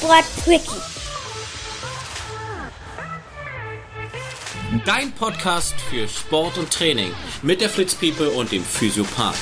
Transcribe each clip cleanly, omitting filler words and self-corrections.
Sport-Quickie. Dein Podcast für Sport und Training mit der Fritz Piepe und dem Physiopath.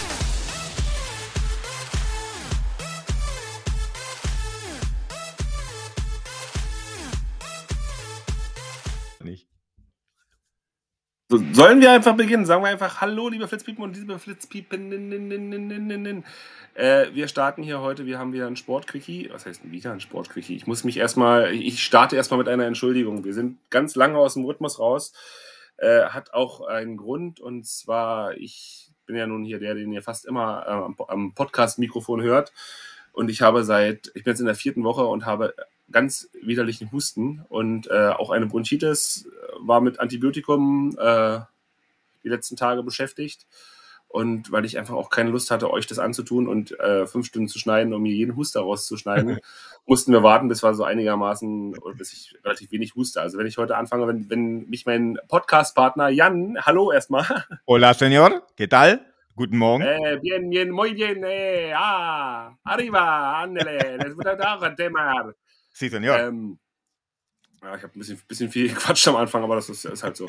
Sollen wir einfach beginnen? Sagen wir einfach Hallo, liebe Flitzpiepen und liebe Flitzpiepen. Wir starten hier heute, wir haben wieder ein Sport-Quickie. Was heißt wieder ein Sport-Quickie? Ich starte erstmal mit einer Entschuldigung. Wir sind ganz lange aus dem Rhythmus raus. Hat auch einen Grund, und zwar, ich bin ja nun hier der, den ihr fast immer am Podcast-Mikrofon hört. Und ich bin jetzt in der 4. Woche und habe ganz widerlichen Husten und auch eine Bronchitis, war mit Antibiotikum die letzten Tage beschäftigt. Und weil ich einfach auch keine Lust hatte, euch das anzutun und 5 Stunden zu schneiden, um mir jeden Huster rauszuschneiden, mussten wir warten, bis ich relativ wenig huste. Also wenn ich heute anfange, wenn mich mein Podcast-Partner Jan, hallo erstmal. Hola, señor, ¿qué tal? Guten Morgen. Bien, muy bien, arriba, ándale, das wird auch ein Thema. Sí, señor. Ja, ich habe ein bisschen viel gequatscht am Anfang, aber das ist halt so.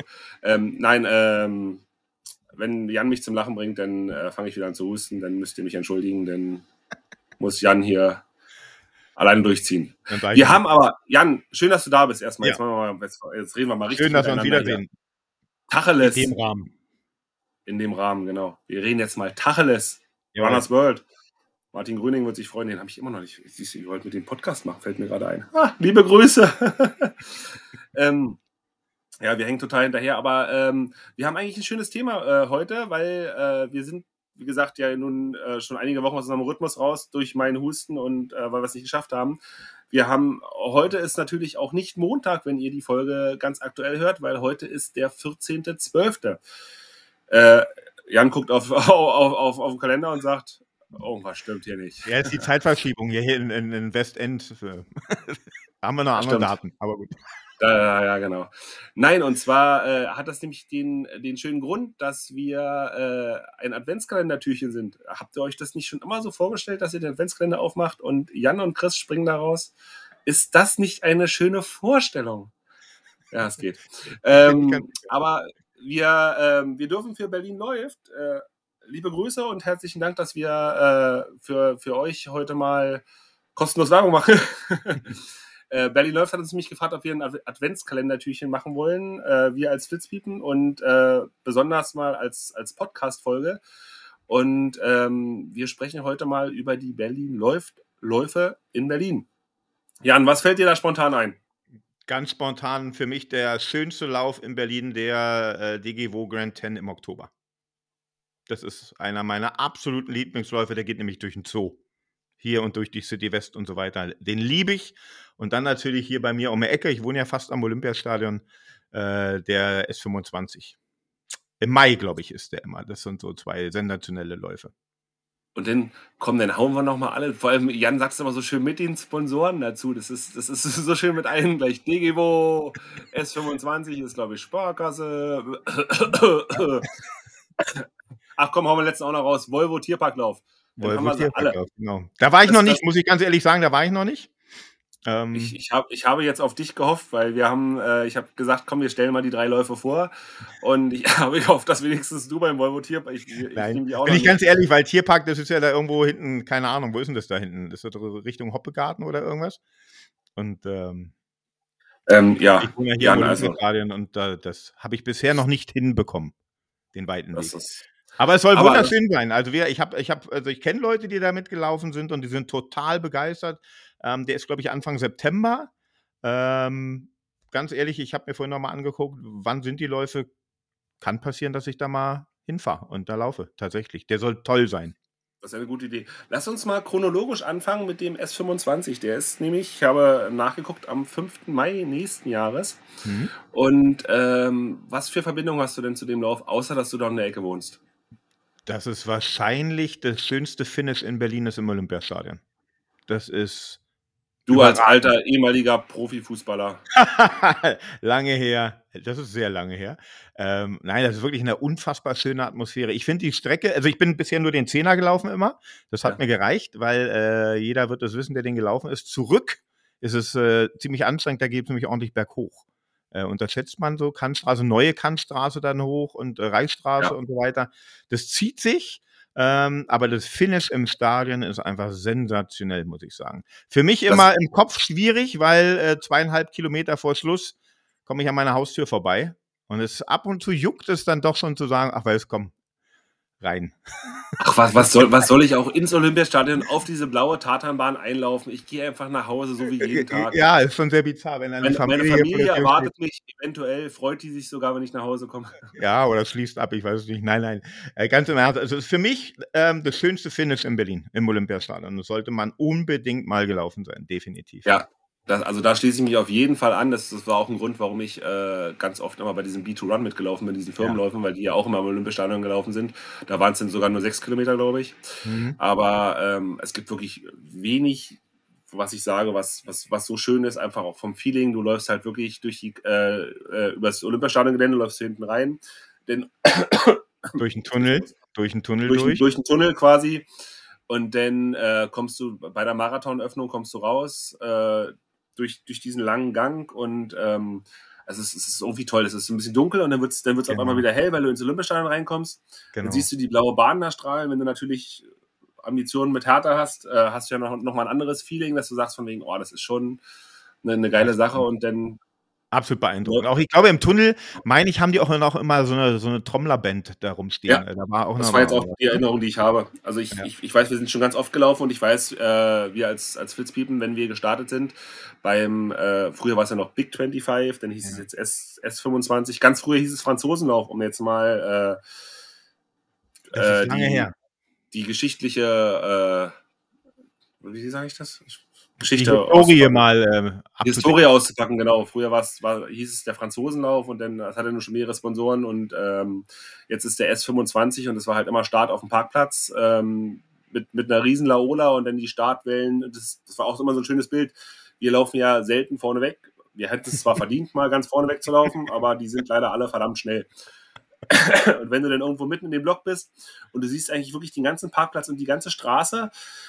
Wenn Jan mich zum Lachen bringt, dann fange ich wieder an zu husten, dann müsst ihr mich entschuldigen, dann muss Jan hier allein durchziehen. Wir haben aber, Jan, schön, dass du da bist erstmal. Ja. Jetzt reden wir mal richtig. Schön, dass wir uns wiedersehen. Tacheles. In dem Rahmen, genau. Wir reden jetzt mal Tacheles. Ja. Runners World. Martin Gröning wird sich freuen, den habe ich immer noch nicht. Siehst du, ich wollte mit dem Podcast machen, fällt mir gerade ein. Liebe Grüße. Ja, wir hängen total hinterher, aber wir haben eigentlich ein schönes Thema heute, weil wir sind, wie gesagt, ja nun schon einige Wochen aus unserem Rhythmus raus durch meinen Husten und weil wir es nicht geschafft haben. Heute ist natürlich auch nicht Montag, wenn ihr die Folge ganz aktuell hört, weil heute ist der 14.12. Jan guckt auf den Kalender und sagt, was stimmt hier nicht. Ja, ist die Zeitverschiebung hier in Westend. Da haben wir noch andere Daten, aber gut. Ja, genau. Nein, und zwar hat das nämlich den schönen Grund, dass wir ein Adventskalendertürchen sind. Habt ihr euch das nicht schon immer so vorgestellt, dass ihr den Adventskalender aufmacht und Jan und Chris springen da raus? Ist das nicht eine schöne Vorstellung? Ja, es geht. Aber wir dürfen für Berlin läuft. Liebe Grüße und herzlichen Dank, dass wir für euch heute mal kostenlos Werbung machen. Berlin läuft hat uns nämlich gefragt, ob wir ein Adventskalendertürchen machen wollen, wir als Flitzpiepen und besonders mal als Podcast-Folge. Und wir sprechen heute mal über die Berlin-Läufe in Berlin. Jan, was fällt dir da spontan ein? Ganz spontan für mich der schönste Lauf in Berlin, der DGW Grand 10 im Oktober. Das ist einer meiner absoluten Lieblingsläufe, der geht nämlich durch den Zoo. Hier und durch die City West und so weiter. Den liebe ich. Und dann natürlich hier bei mir um die Ecke, ich wohne ja fast am Olympiastadion, der S25. Im Mai, glaube ich, ist der immer. Das sind so 2 sensationelle Läufe. Und dann hauen wir nochmal alle. Vor allem, Jan sagt es immer so schön mit den Sponsoren dazu. Das ist so schön mit allen gleich. DGW, S25 ist, glaube ich, Sparkasse. Ach komm, hauen wir letzten auch noch raus. Volvo Tierparklauf. Volvo Tierparklauf, genau. Da war ich noch nicht, muss ich ganz ehrlich sagen, Ich habe jetzt auf dich gehofft, weil ich habe gesagt, komm, wir stellen mal die 3 Läufe vor und ich habe gehofft, dass wenigstens du beim Volvo Tierpark, Nein, bin ich ganz ehrlich, weil Tierpark, das ist ja da irgendwo hinten, keine Ahnung, wo ist denn das da hinten? Ist das Richtung Hoppegarten oder irgendwas? Und ja, ich wohne ja hier im Olympiastadion und das habe ich bisher noch nicht hinbekommen, den weiten Weg. Aber es soll wunderschön sein. Also ich kenne Leute, die da mitgelaufen sind und die sind total begeistert. Der ist, glaube ich, Anfang September. Ganz ehrlich, ich habe mir vorhin nochmal angeguckt, wann sind die Läufe? Kann passieren, dass ich da mal hinfahre und da laufe. Tatsächlich. Der soll toll sein. Das ist eine gute Idee. Lass uns mal chronologisch anfangen mit dem S25. Der ist nämlich, ich habe nachgeguckt, am 5. Mai nächsten Jahres. Mhm. Und was für Verbindung hast du denn zu dem Lauf, außer dass du da in der Ecke wohnst? Das ist wahrscheinlich das schönste Finish in Berlin ist im Olympiastadion. Das ist... Du als alter, ehemaliger Profifußballer. Lange her. Das ist sehr lange her. Nein, das ist wirklich eine unfassbar schöne Atmosphäre. Ich finde die Strecke, also ich bin bisher nur den 10er gelaufen immer. Das hat mir gereicht, weil jeder wird es wissen, der den gelaufen ist. Zurück ist es ziemlich anstrengend, da geht es nämlich ordentlich berghoch. Unterschätzt man so Kantstraße, neue Kantstraße dann hoch und Reichsstraße und so weiter. Das zieht sich, aber das Finish im Stadion ist einfach sensationell, muss ich sagen. Für mich immer im Kopf schwierig, weil 2,5 Kilometer vor Schluss komme ich an meiner Haustür vorbei und ab und zu juckt es dann doch schon zu sagen, ach weißt, komm, rein. Ach, was soll ich auch ins Olympiastadion auf diese blaue Tatanbahn einlaufen? Ich gehe einfach nach Hause, so wie jeden Tag. Ja, ist schon sehr bizarr, wenn eine Meine Familie erwartet mich, eventuell freut die sich sogar, wenn ich nach Hause komme. Ja, oder schließt ab, ich weiß es nicht. Nein. Ganz im Ernst, also ist für mich das schönste Finish in Berlin, im Olympiastadion. Das sollte man unbedingt mal gelaufen sein, definitiv. Ja, also da schließe ich mich auf jeden Fall an. Das war auch ein Grund, warum ich ganz oft immer bei diesem B2Run mitgelaufen bin, diesen Firmenläufen, weil die ja auch immer im Olympiastadion gelaufen sind. Da waren es dann sogar nur 6 Kilometer, glaube ich. Aber es gibt wirklich wenig, was ich sage, was so schön ist, einfach auch vom Feeling. Du läufst halt wirklich durch über das Olympiastadion-Gelände, läufst hinten rein. Durch den Tunnel. Durch den Tunnel quasi. Und dann kommst du bei der Marathonöffnung raus durch diesen langen Gang und also es ist irgendwie toll. Es ist ein bisschen dunkel und dann wird's auf einmal wieder hell, weil du ins Olympiastadion reinkommst. Dann siehst du die blaue Bahn da strahlen. Wenn du natürlich Ambitionen mit Hertha hast, hast du ja noch mal ein anderes Feeling, dass du sagst von wegen, oh, das ist schon eine geile Sache und dann absolut beeindruckend. Auch ich glaube, im Tunnel, meine ich, haben die auch noch immer so eine Trommlerband da rumstehen. Ja, da war auch das war jetzt auch die Erinnerung, die ich habe. Also ich weiß, wir sind schon ganz oft gelaufen und ich weiß, wir als Flitzpiepen, wenn wir gestartet sind, früher war es ja noch Big 25, dann hieß es jetzt S25. Ganz früher hieß es Franzosenlauf, um jetzt mal das ist lange her. Die geschichtliche, wie sage ich das? Geschichte Historie auszupacken, genau. Früher hieß es der Franzosenlauf und dann das hatte nur schon mehrere Sponsoren und jetzt ist der S25 und es war halt immer Start auf dem Parkplatz mit einer riesen Laola und dann die Startwellen. Das war auch immer so ein schönes Bild. Wir laufen ja selten vorne weg. Wir hätten es zwar verdient, mal ganz vorne weg zu laufen, aber die sind leider alle verdammt schnell. Und wenn du dann irgendwo mitten in dem Block bist und du siehst eigentlich wirklich den ganzen Parkplatz und die ganze Straße,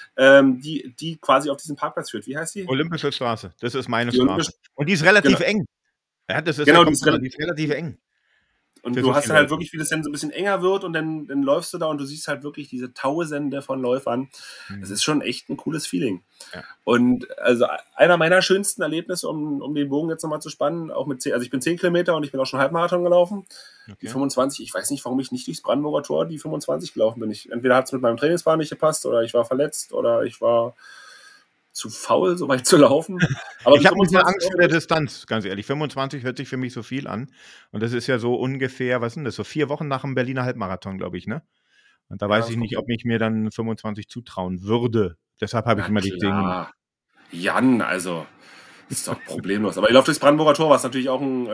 die quasi auf diesen Parkplatz führt. Wie heißt die? Olympische Straße. Das ist meine Straße. Und die ist relativ eng. Ja, die ist relativ eng. Und du hast dann halt wirklich, wie das dann so ein bisschen enger wird und dann läufst du da und du siehst halt wirklich diese Tausende von Läufern. Das ist schon echt ein cooles Feeling. Ja. Und also einer meiner schönsten Erlebnisse, um den Bogen jetzt nochmal zu spannen, auch mit 10, also ich bin 10 Kilometer und ich bin auch schon Halbmarathon gelaufen. Okay. Die 25, ich weiß nicht, warum ich nicht durchs Brandenburger Tor die 25 gelaufen bin. Entweder hat es mit meinem Trainingsplan nicht gepasst oder ich war verletzt oder ich war zu faul, so weit zu laufen. Aber ich habe ein bisschen Angst vor der Distanz, ganz ehrlich. 25 hört sich für mich so viel an. Und das ist ja so ungefähr, was sind das, so 4 Wochen nach dem Berliner Halbmarathon, glaube ich, ne? Und da weiß ich nicht, ob ich mir dann 25 zutrauen würde. Deshalb habe ich immer die 10 gemacht. Jan, also, das ist doch problemlos. Aber ihr lauft durchs Brandenburger Tor, was natürlich auch ein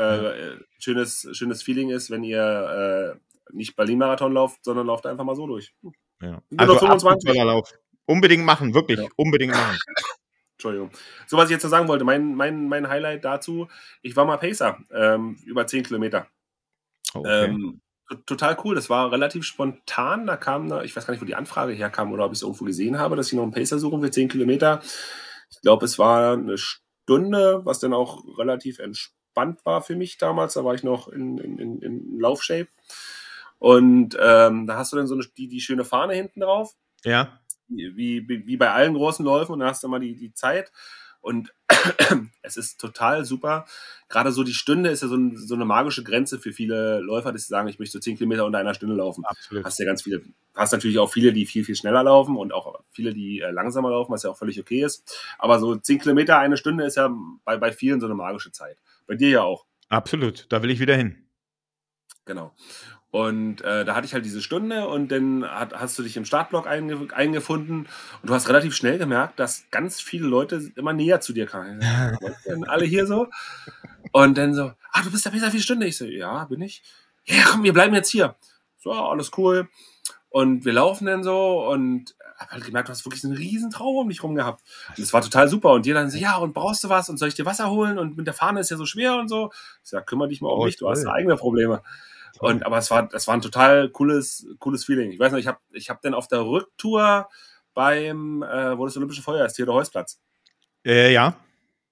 schönes Feeling ist, wenn ihr nicht Berlin-Marathon lauft, sondern lauft einfach mal so durch. Ja. Also 25. Lauf. Unbedingt machen, wirklich. Ja. Unbedingt machen. Entschuldigung. So, was ich jetzt noch sagen wollte, mein Highlight dazu, ich war mal Pacer, über 10 Kilometer. Okay. Total cool, das war relativ spontan, da kam ich weiß gar nicht, wo die Anfrage herkam oder ob ich es irgendwo gesehen habe, dass ich noch einen Pacer suchen für 10 Kilometer. Ich glaube, es war eine Stunde, was dann auch relativ entspannt war für mich damals, da war ich noch in Laufshape. Und da hast du dann so die schöne Fahne hinten drauf. Ja. Wie bei allen großen Läufen und dann hast du mal die Zeit und es ist total super. Gerade so die Stunde ist ja so eine magische Grenze für viele Läufer, dass sie sagen, ich möchte so 10 Kilometer unter einer Stunde laufen. Absolut. Hast natürlich auch viele, die viel, viel schneller laufen und auch viele, die langsamer laufen, was ja auch völlig okay ist. Aber so 10 Kilometer, eine Stunde ist ja bei vielen so eine magische Zeit. Bei dir ja auch. Absolut, da will ich wieder hin. Genau. Und da hatte ich halt diese Stunde und dann hast du dich im Startblock eingefunden und du hast relativ schnell gemerkt, dass ganz viele Leute immer näher zu dir kamen. Alle hier so. Und dann so, du bist der Pacer für die Stunde. Ich so, ja, bin ich. Ja, komm, wir bleiben jetzt hier. So, alles cool. Und wir laufen dann so und habe halt gemerkt, du hast wirklich so einen riesen Traum um dich rum gehabt. Und das war total super. Und die dann so, ja, und brauchst du was? Und soll ich dir Wasser holen? Und mit der Fahne ist ja so schwer und so. Ich sag, kümmere dich mal um mich, du hast eigene Probleme. Aber es war ein total cooles Feeling. Ich weiß noch, ich hab dann auf der Rücktour wo das Olympische Feuer ist, Theodor-Heuss-Platz. Ja.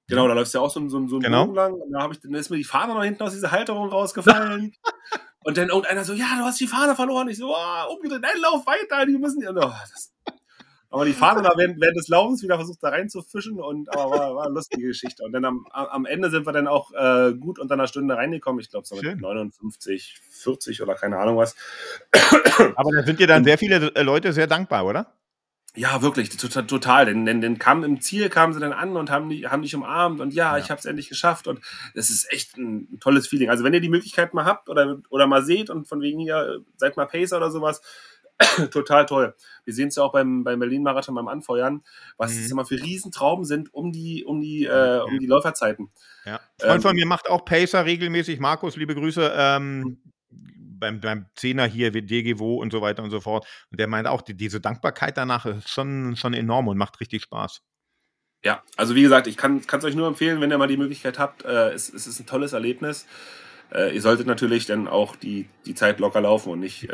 Genau, da läufst du ja auch so einen Bogen lang. Und dann ist mir die Fahne noch hinten aus dieser Halterung rausgefallen. Und dann irgendeiner so, ja, du hast die Fahne verloren. Ich so, umgedreht, nein, lauf weiter, die müssen... aber die Fahne da während des Laufens wieder versucht, da reinzufischen. Aber war eine lustige Geschichte. Und dann am Ende sind wir dann auch gut unter einer Stunde reingekommen. Ich glaube, so mit 59, 40 oder keine Ahnung was. Aber da sind dir dann sehr viele Leute sehr dankbar, oder? Ja, wirklich, total. Denn im Ziel kamen sie dann an und haben dich umarmt und ich habe es endlich geschafft. Und das ist echt ein tolles Feeling. Also wenn ihr die Möglichkeit mal habt oder mal seht und von wegen hier, seid mal Pacer oder sowas, total toll. Wir sehen es ja auch beim Berlin-Marathon beim Anfeuern, was es immer für Riesentrauben sind um die Läuferzeiten. Ja. Ein Freund von mir macht auch Pacer regelmäßig. Markus, liebe Grüße. Beim 10er hier, DGWO und so weiter und so fort. Und der meint auch, diese Dankbarkeit danach ist schon enorm und macht richtig Spaß. Ja, also wie gesagt, ich kann es euch nur empfehlen, wenn ihr mal die Möglichkeit habt. Es ist ein tolles Erlebnis. Ihr solltet natürlich dann auch die Zeit locker laufen und nicht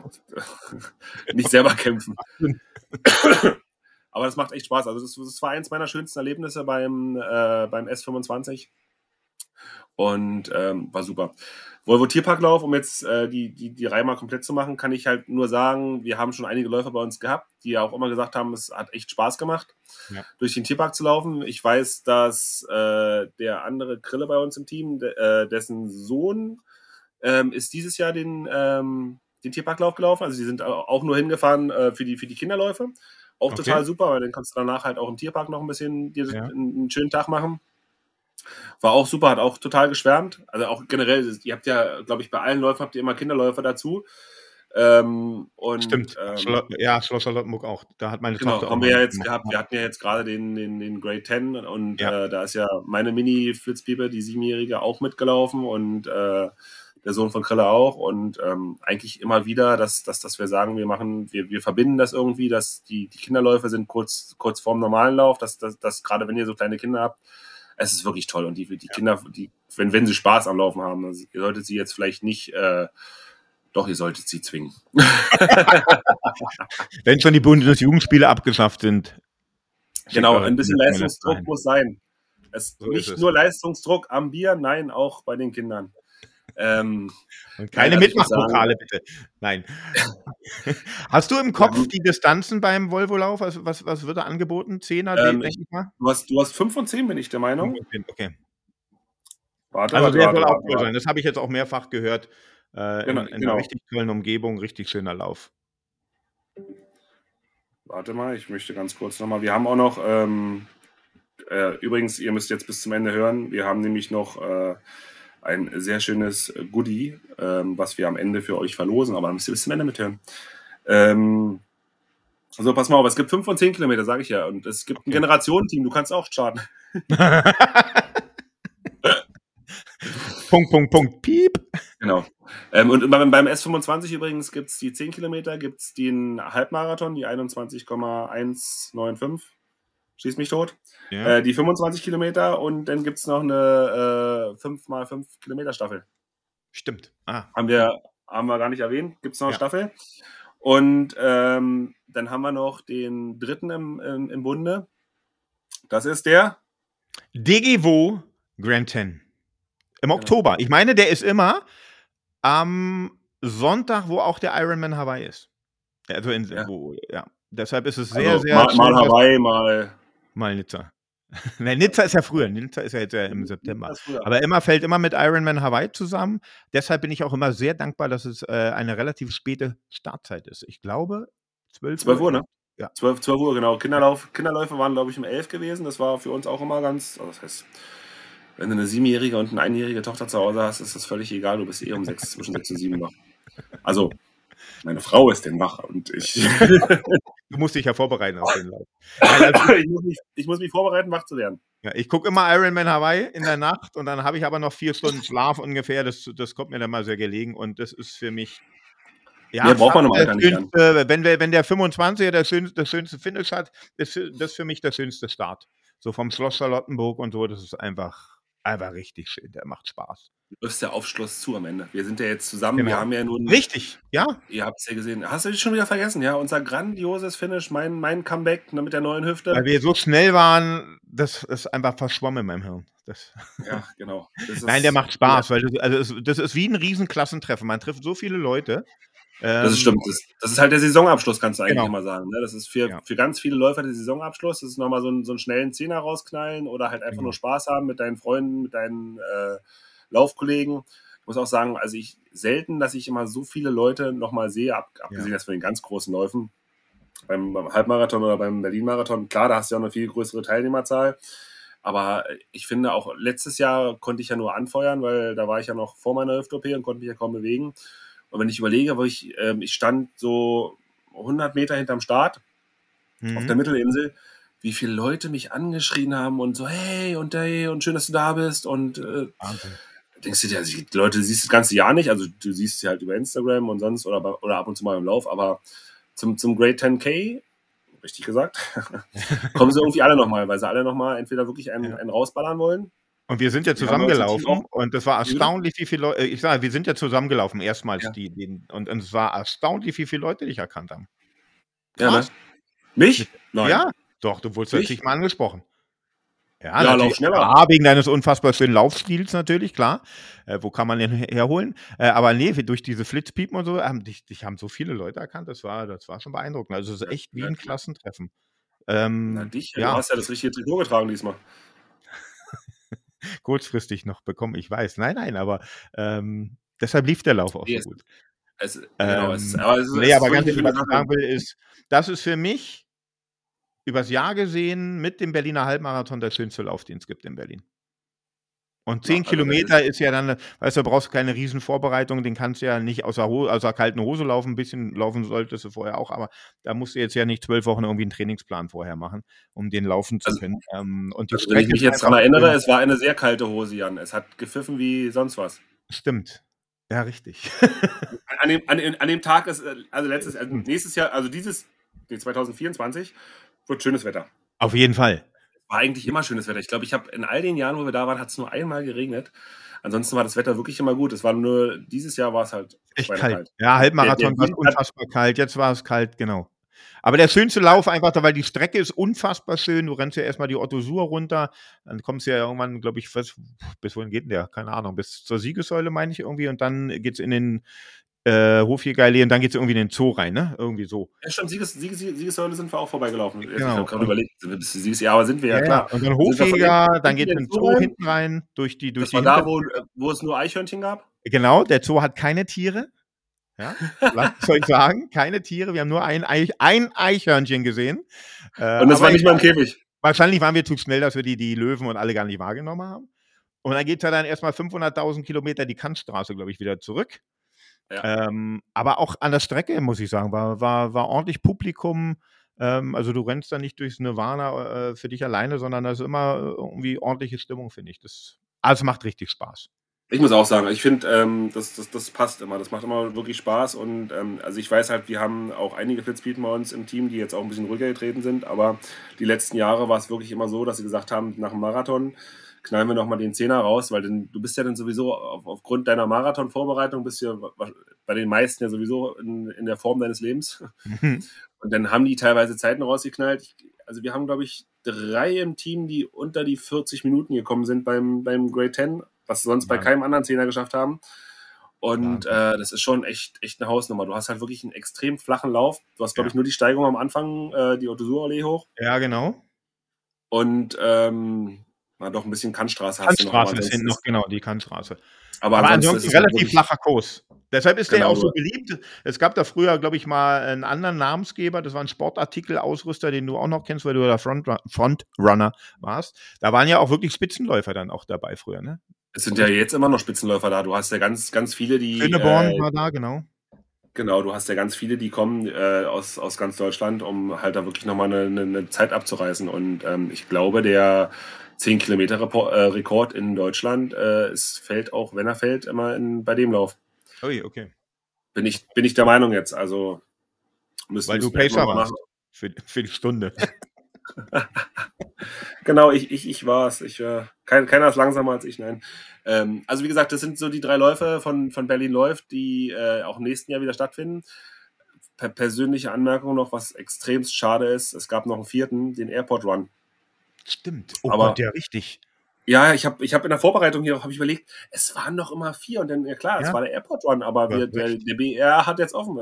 selber kämpfen. Aber das macht echt Spaß. Also das war eins meiner schönsten Erlebnisse beim S25 und war super. Volvo Tierparklauf, um jetzt die Reihe mal komplett zu machen, kann ich halt nur sagen, wir haben schon einige Läufer bei uns gehabt, die ja auch immer gesagt haben, es hat echt Spaß gemacht, durch den Tierpark zu laufen. Ich weiß, dass der andere Krille bei uns im Team, dessen Sohn ist dieses Jahr den Tierparklauf gelaufen. Also die sind auch nur hingefahren für die Kinderläufe. Auch total super, weil dann kannst du danach halt auch im Tierpark noch ein bisschen einen schönen Tag machen. War auch super, hat auch total geschwärmt. Also auch generell, ihr habt ja, glaube ich, bei allen Läufen habt ihr immer Kinderläufer dazu. Stimmt. Schloss Charlottenburg auch. Da hat meine Tochter haben wir ja jetzt gehabt. Wir hatten ja jetzt gerade den Grade 10 und da ist ja meine Mini-Flitzpiepe, die 7-Jährige, auch mitgelaufen und der Sohn von Krille auch. Und eigentlich immer wieder, dass wir sagen, wir verbinden das irgendwie, dass die Kinderläufe sind kurz vorm normalen Lauf, dass gerade wenn ihr so kleine Kinder habt, es ist wirklich toll. Und die Kinder, wenn sie Spaß am Laufen haben, also ihr solltet sie jetzt vielleicht nicht, doch, ihr solltet sie zwingen. Wenn schon die Bundesjugendspiele abgeschafft sind. Genau, ein bisschen Leistungsdruck muss sein. Nicht nur Leistungsdruck am Bier, nein, auch bei den Kindern. Und keine Mitmachpokale, bitte. Nein. Hast du im Kopf die Distanzen beim Volvo-Lauf? Also was wird da angeboten? 10er, denke ich mal? Du hast 5 und 10, bin ich der Meinung. Okay. Warte, der soll auch cool sein. Das habe ich jetzt auch mehrfach gehört. In einer richtig tollen Umgebung, richtig schöner Lauf. Warte mal, ich möchte ganz kurz nochmal. Wir haben auch noch, übrigens, ihr müsst jetzt bis zum Ende hören, wir haben nämlich noch ein sehr schönes Goodie, was wir am Ende für euch verlosen, aber dann müsst ihr bis zum Ende mithören. Also pass mal auf, es gibt 5 und 10 Kilometer, sage ich ja, und es gibt ein Generationenteam, du kannst auch starten. Punkt, piep. Genau. Und beim S25 übrigens gibt es die 10 Kilometer, gibt es den Halbmarathon, die 21,195. Schieß mich tot. Ja. Die 25 Kilometer und dann gibt es noch eine 5x5 Kilometer Staffel. Stimmt. Haben wir gar nicht erwähnt. Gibt es noch eine Staffel. Und dann haben wir noch den dritten im Bunde. Das ist der DGWO Grand 10. Im Oktober. Ich meine, der ist immer am Sonntag, wo auch der Ironman Hawaii ist. Also deshalb ist es sehr, sehr schön. Mal Hawaii, mal Nizza. Nein, Nizza ist ja früher. Nizza ist ja jetzt im September. Aber fällt immer mit Ironman Hawaii zusammen. Deshalb bin ich auch immer sehr dankbar, dass es eine relativ späte Startzeit ist. Ich glaube, 12 Uhr, ne? Ja. 12 Uhr, genau. Kinderläufe waren, glaube ich, um 11 gewesen. Das war für uns auch immer ganz, das heißt, wenn du eine 7-jährige und eine 1-jährige Tochter zu Hause hast, ist das völlig egal. Du bist um 6, zwischen 6 und 7 wach. Also, meine Frau ist denn wach und ich... Du musst dich ja vorbereiten auf den Lauf. Ich muss mich vorbereiten, wach zu werden. Ja, ich gucke immer Ironman Hawaii in der Nacht und dann habe ich aber noch 4 Stunden Schlaf ungefähr. Das kommt mir dann mal sehr gelegen und das ist für mich... Ja, braucht man normal nicht an. Wenn der 25er das schönste Finish hat, ist das für mich der schönste Start. So vom Schloss Charlottenburg und so, das ist einfach Einfach richtig schön, der macht Spaß. Du wirst der Aufschluss zu am Ende. Wir sind ja jetzt zusammen, Genau. wir haben ja nun... Richtig, ja. Ihr habt es ja gesehen. Hast du dich schon wieder vergessen, ja? Unser grandioses Finish, mein Comeback mit der neuen Hüfte. Weil wir so schnell waren, das ist einfach verschwommen in meinem Hirn. Ja, genau. Nein, der macht Spaß, weil das ist wie ein Riesenklassentreffen. Man trifft so viele Leute. Das stimmt. Das ist halt der Saisonabschluss, kannst du eigentlich Genau. immer sagen. Ne? Das ist für ganz viele Läufer der Saisonabschluss. Das ist nochmal so einen schnellen Zehner rausknallen oder halt einfach nur Spaß haben mit deinen Freunden, mit deinen Laufkollegen. Ich muss auch sagen, also dass ich immer so viele Leute nochmal sehe, abgesehen jetzt von den ganz großen Läufen, beim Halbmarathon oder beim Berlin-Marathon. Klar, da hast du ja auch eine viel größere Teilnehmerzahl. Aber ich finde auch, letztes Jahr konnte ich ja nur anfeuern, weil da war ich ja noch vor meiner Hüft-OP und konnte mich ja kaum bewegen. Und wenn ich überlege, ich stand so 100 Meter hinterm Start auf der Mittelinsel, wie viele Leute mich angeschrien haben und so, hey und schön, dass du da bist. Und denkst du dir, also die Leute siehst das ganze Jahr nicht, also du siehst sie halt über Instagram und sonst oder ab und zu mal im Lauf, aber zum Great 10K, richtig gesagt, kommen sie irgendwie alle nochmal, weil sie alle nochmal entweder wirklich einen rausballern wollen. Und wir sind ja zusammengelaufen und das war erstaunlich, wie viele Leute, wir sind ja zusammengelaufen, erstmals und es war erstaunlich, wie viele Leute dich erkannt haben. Krass. Ja, ne? Mich? Nein. Ja, doch, du wurdest natürlich mal angesprochen. Ja, lauf schneller. Wegen deines unfassbar schönen Laufstils natürlich, klar. Wo kann man den herholen? Aber nee, durch diese Flitzpiepen und so, dich haben so viele Leute erkannt, das war schon beeindruckend. Also es ist echt wie ein Klassentreffen. Du hast ja das richtige Trikot getragen diesmal. Kurzfristig noch bekommen, ich weiß. Nein, aber deshalb lief der Lauf auch so gut. Aber ganz ehrlich, was ich sagen will, ist, das ist für mich übers Jahr gesehen mit dem Berliner Halbmarathon der schönste Lauf, den es gibt in Berlin. Und 10 Kilometer ist ja dann, weißt du, brauchst du keine riesen Vorbereitung, den kannst du ja nicht außer kalten Hose laufen, ein bisschen laufen solltest du vorher auch, aber da musst du jetzt ja nicht 12 Wochen irgendwie einen Trainingsplan vorher machen, um den laufen zu können. Und die wenn ich mich jetzt daran erinnere, es war eine sehr kalte Hose, Jan. Es hat gepfiffen wie sonst was. Stimmt. Ja, richtig. An dem Tag ist, nächstes Jahr, 2024, wird schönes Wetter. Auf jeden Fall. War eigentlich immer schönes Wetter. Ich glaube, in all den Jahren, wo wir da waren, hat es nur einmal geregnet. Ansonsten war das Wetter wirklich immer gut. Es war nur, dieses Jahr war es halt echt kalt. Ja, Halbmarathon war unfassbar kalt. Jetzt war es kalt, genau. Aber der schönste Lauf einfach, weil die Strecke ist unfassbar schön. Du rennst ja erstmal die Otto Suhr runter. Dann kommst du ja irgendwann, glaube ich, bis wohin geht denn der? Keine Ahnung. Bis zur Siegessäule, meine ich irgendwie. Und dann geht es in den Hofjägerallee und dann geht es irgendwie in den Zoo rein, ne? Irgendwie so. Ja, stimmt, Siegessäule sind wir auch vorbeigelaufen. Genau. Ich habe gerade überlegt, bis Siegesjahr, aber sind wir ja klar. Und dann Hofjäger, dann geht es in den Zoo hinten rein, durch die das war da, wo es nur Eichhörnchen gab? Genau, der Zoo hat keine Tiere. Ja, was soll ich sagen? Keine Tiere, wir haben nur ein Eichhörnchen gesehen. Und das war nicht mal im Käfig. Wahrscheinlich waren wir zu schnell, dass wir die Löwen und alle gar nicht wahrgenommen haben. Und dann geht es ja dann erstmal 500.000 Kilometer die Kantstraße, glaube ich, wieder zurück. Ja. Aber auch an der Strecke, muss ich sagen, war ordentlich Publikum. Also du rennst da nicht durchs Nirvana für dich alleine, sondern da ist immer irgendwie ordentliche Stimmung, finde ich. Es macht richtig Spaß. Ich muss auch sagen, ich finde, das passt immer. Das macht immer wirklich Spaß. Und also ich weiß halt, wir haben auch einige Flitzpiepen bei uns im Team, die jetzt auch ein bisschen ruhiger getreten sind. Aber die letzten Jahre war es wirklich immer so, dass sie gesagt haben, nach dem Marathon knallen wir nochmal den Zehner raus, weil du bist ja dann sowieso aufgrund deiner Marathon-Vorbereitung bist ja bei den meisten ja sowieso in der Form deines Lebens. Und dann haben die teilweise Zeiten rausgeknallt. Also wir haben, glaube ich, 3 im Team, die unter die 40 Minuten gekommen sind beim Great 10, was sonst bei keinem anderen Zehner geschafft haben. Und das ist schon echt eine Hausnummer. Du hast halt wirklich einen extrem flachen Lauf. Du hast, glaube ich, nur die Steigung am Anfang, die Otto Suhr Allee hoch. Ja, genau. Und doch ein bisschen Kantstraße hast du noch. Kantstraße ist hinten noch, genau, die Kantstraße. Aber ansonsten relativ flacher Kurs. Deshalb ist der auch so beliebt. Es gab da früher, glaube ich, mal einen anderen Namensgeber. Das war ein Sportartikelausrüster, den du auch noch kennst, weil du da Frontrunner warst. Da waren ja auch wirklich Spitzenläufer dann auch dabei früher, ne? Es sind ja jetzt immer noch Spitzenläufer da. Du hast ja ganz, ganz viele, die... Schöneborn war da, genau. Genau, du hast ja ganz viele, die kommen aus ganz Deutschland, um halt da wirklich nochmal eine Zeit abzureißen. Und ich glaube, der 10-Kilometer-Rekord in Deutschland fällt auch, wenn er fällt, immer bei dem Lauf. Ui, okay. Bin ich der Meinung jetzt. Also weil du Pacer warst für die Stunde. Genau, ich war es. Keiner ist langsamer als ich, nein. Also wie gesagt, das sind so die 3 Läufe von Berlin läuft, die auch im nächsten Jahr wieder stattfinden. Persönliche Anmerkung noch, was extrem schade ist, es gab noch einen 4., den Airport Run. Stimmt. Oh Gott, ja, richtig. Ja, ich hab in der Vorbereitung hier hab ich überlegt, es waren noch immer 4 und dann, ja klar, es war der Airport Run, aber der BR hat jetzt offen.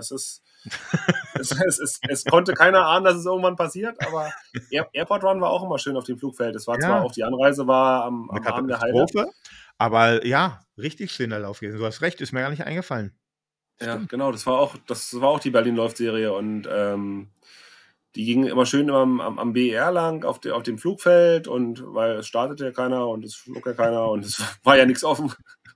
Es konnte keiner ahnen, dass es irgendwann passiert, aber Airport Run war auch immer schön auf dem Flugfeld. Es war zwar auch, die Anreise war am Arm der Heide. Aber ja, richtig schöner Lauf gewesen. Du hast recht, ist mir gar nicht eingefallen. Ja, genau, das war auch die Berlin-Läuft-Serie und die gingen immer schön am BER lang auf dem Flugfeld und weil es startete ja keiner und es flog ja keiner und es war ja nichts offen.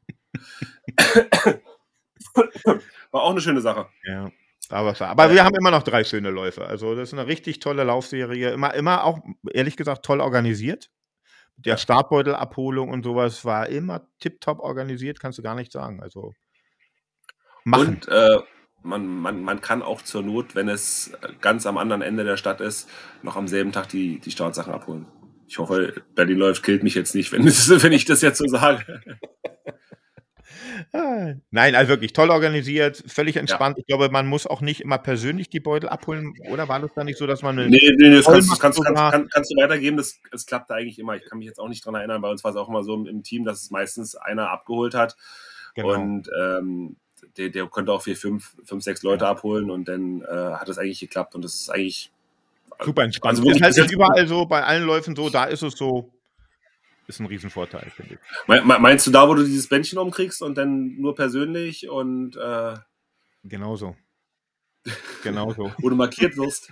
War auch eine schöne Sache. Ja. Aber wir haben immer noch 3 schöne Läufe. Also das ist eine richtig tolle Laufserie. Immer auch, ehrlich gesagt, toll organisiert. Der Startbeutelabholung und sowas war immer tipptopp organisiert, kannst du gar nicht sagen. Also machen. Und man kann auch zur Not, wenn es ganz am anderen Ende der Stadt ist, noch am selben Tag die Startsachen abholen. Ich hoffe, Berlin läuft, killt mich jetzt nicht, wenn ich das jetzt so sage. Nein, also wirklich toll organisiert, völlig entspannt. Ja. Ich glaube, man muss auch nicht immer persönlich die Beutel abholen, oder war das da nicht so, dass man Nee, das kannst du weitergeben, das klappt eigentlich immer. Ich kann mich jetzt auch nicht dran erinnern, bei uns war es auch immer so im Team, dass es meistens einer abgeholt hat. Genau. Und der konnte auch 5, 6 Leute abholen und dann hat es eigentlich geklappt und das ist eigentlich super entspannt. Also ist halt nicht überall so, bei allen Läufen so, da ist es so. Ist ein Riesenvorteil, finde ich. Meinst du da, wo du dieses Bändchen umkriegst und dann nur persönlich und Genauso. Wo du markiert wirst.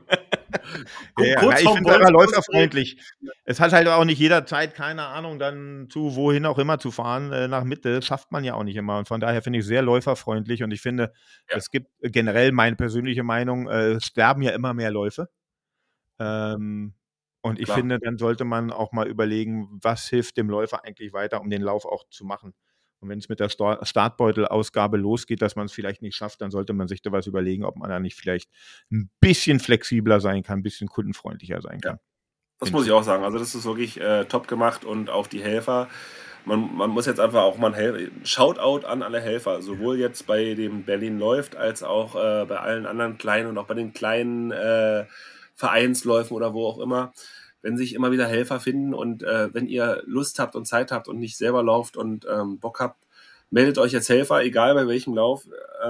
Ich finde es aber läuferfreundlich. Es hat halt auch nicht jeder Zeit, keine Ahnung, dann wohin auch immer zu fahren, nach Mitte. Das schafft man ja auch nicht immer. Und von daher finde ich es sehr läuferfreundlich und ich finde, es gibt generell meine persönliche Meinung, es sterben ja immer mehr Läufe. Und ich finde, dann sollte man auch mal überlegen, was hilft dem Läufer eigentlich weiter, um den Lauf auch zu machen. Und wenn es mit der Startbeutelausgabe losgeht, dass man es vielleicht nicht schafft, dann sollte man sich da was überlegen, ob man da nicht vielleicht ein bisschen flexibler sein kann, ein bisschen kundenfreundlicher sein kann. Ja, das muss ich auch sagen. Also das ist wirklich top gemacht und auch die Helfer. Man muss jetzt einfach auch mal ein Shoutout an alle Helfer, sowohl jetzt bei dem Berlin läuft, als auch bei allen anderen kleinen und auch bei den kleinen Vereinsläufen oder wo auch immer, wenn sich immer wieder Helfer finden und wenn ihr Lust habt und Zeit habt und nicht selber lauft und Bock habt, meldet euch als Helfer, egal bei welchem Lauf.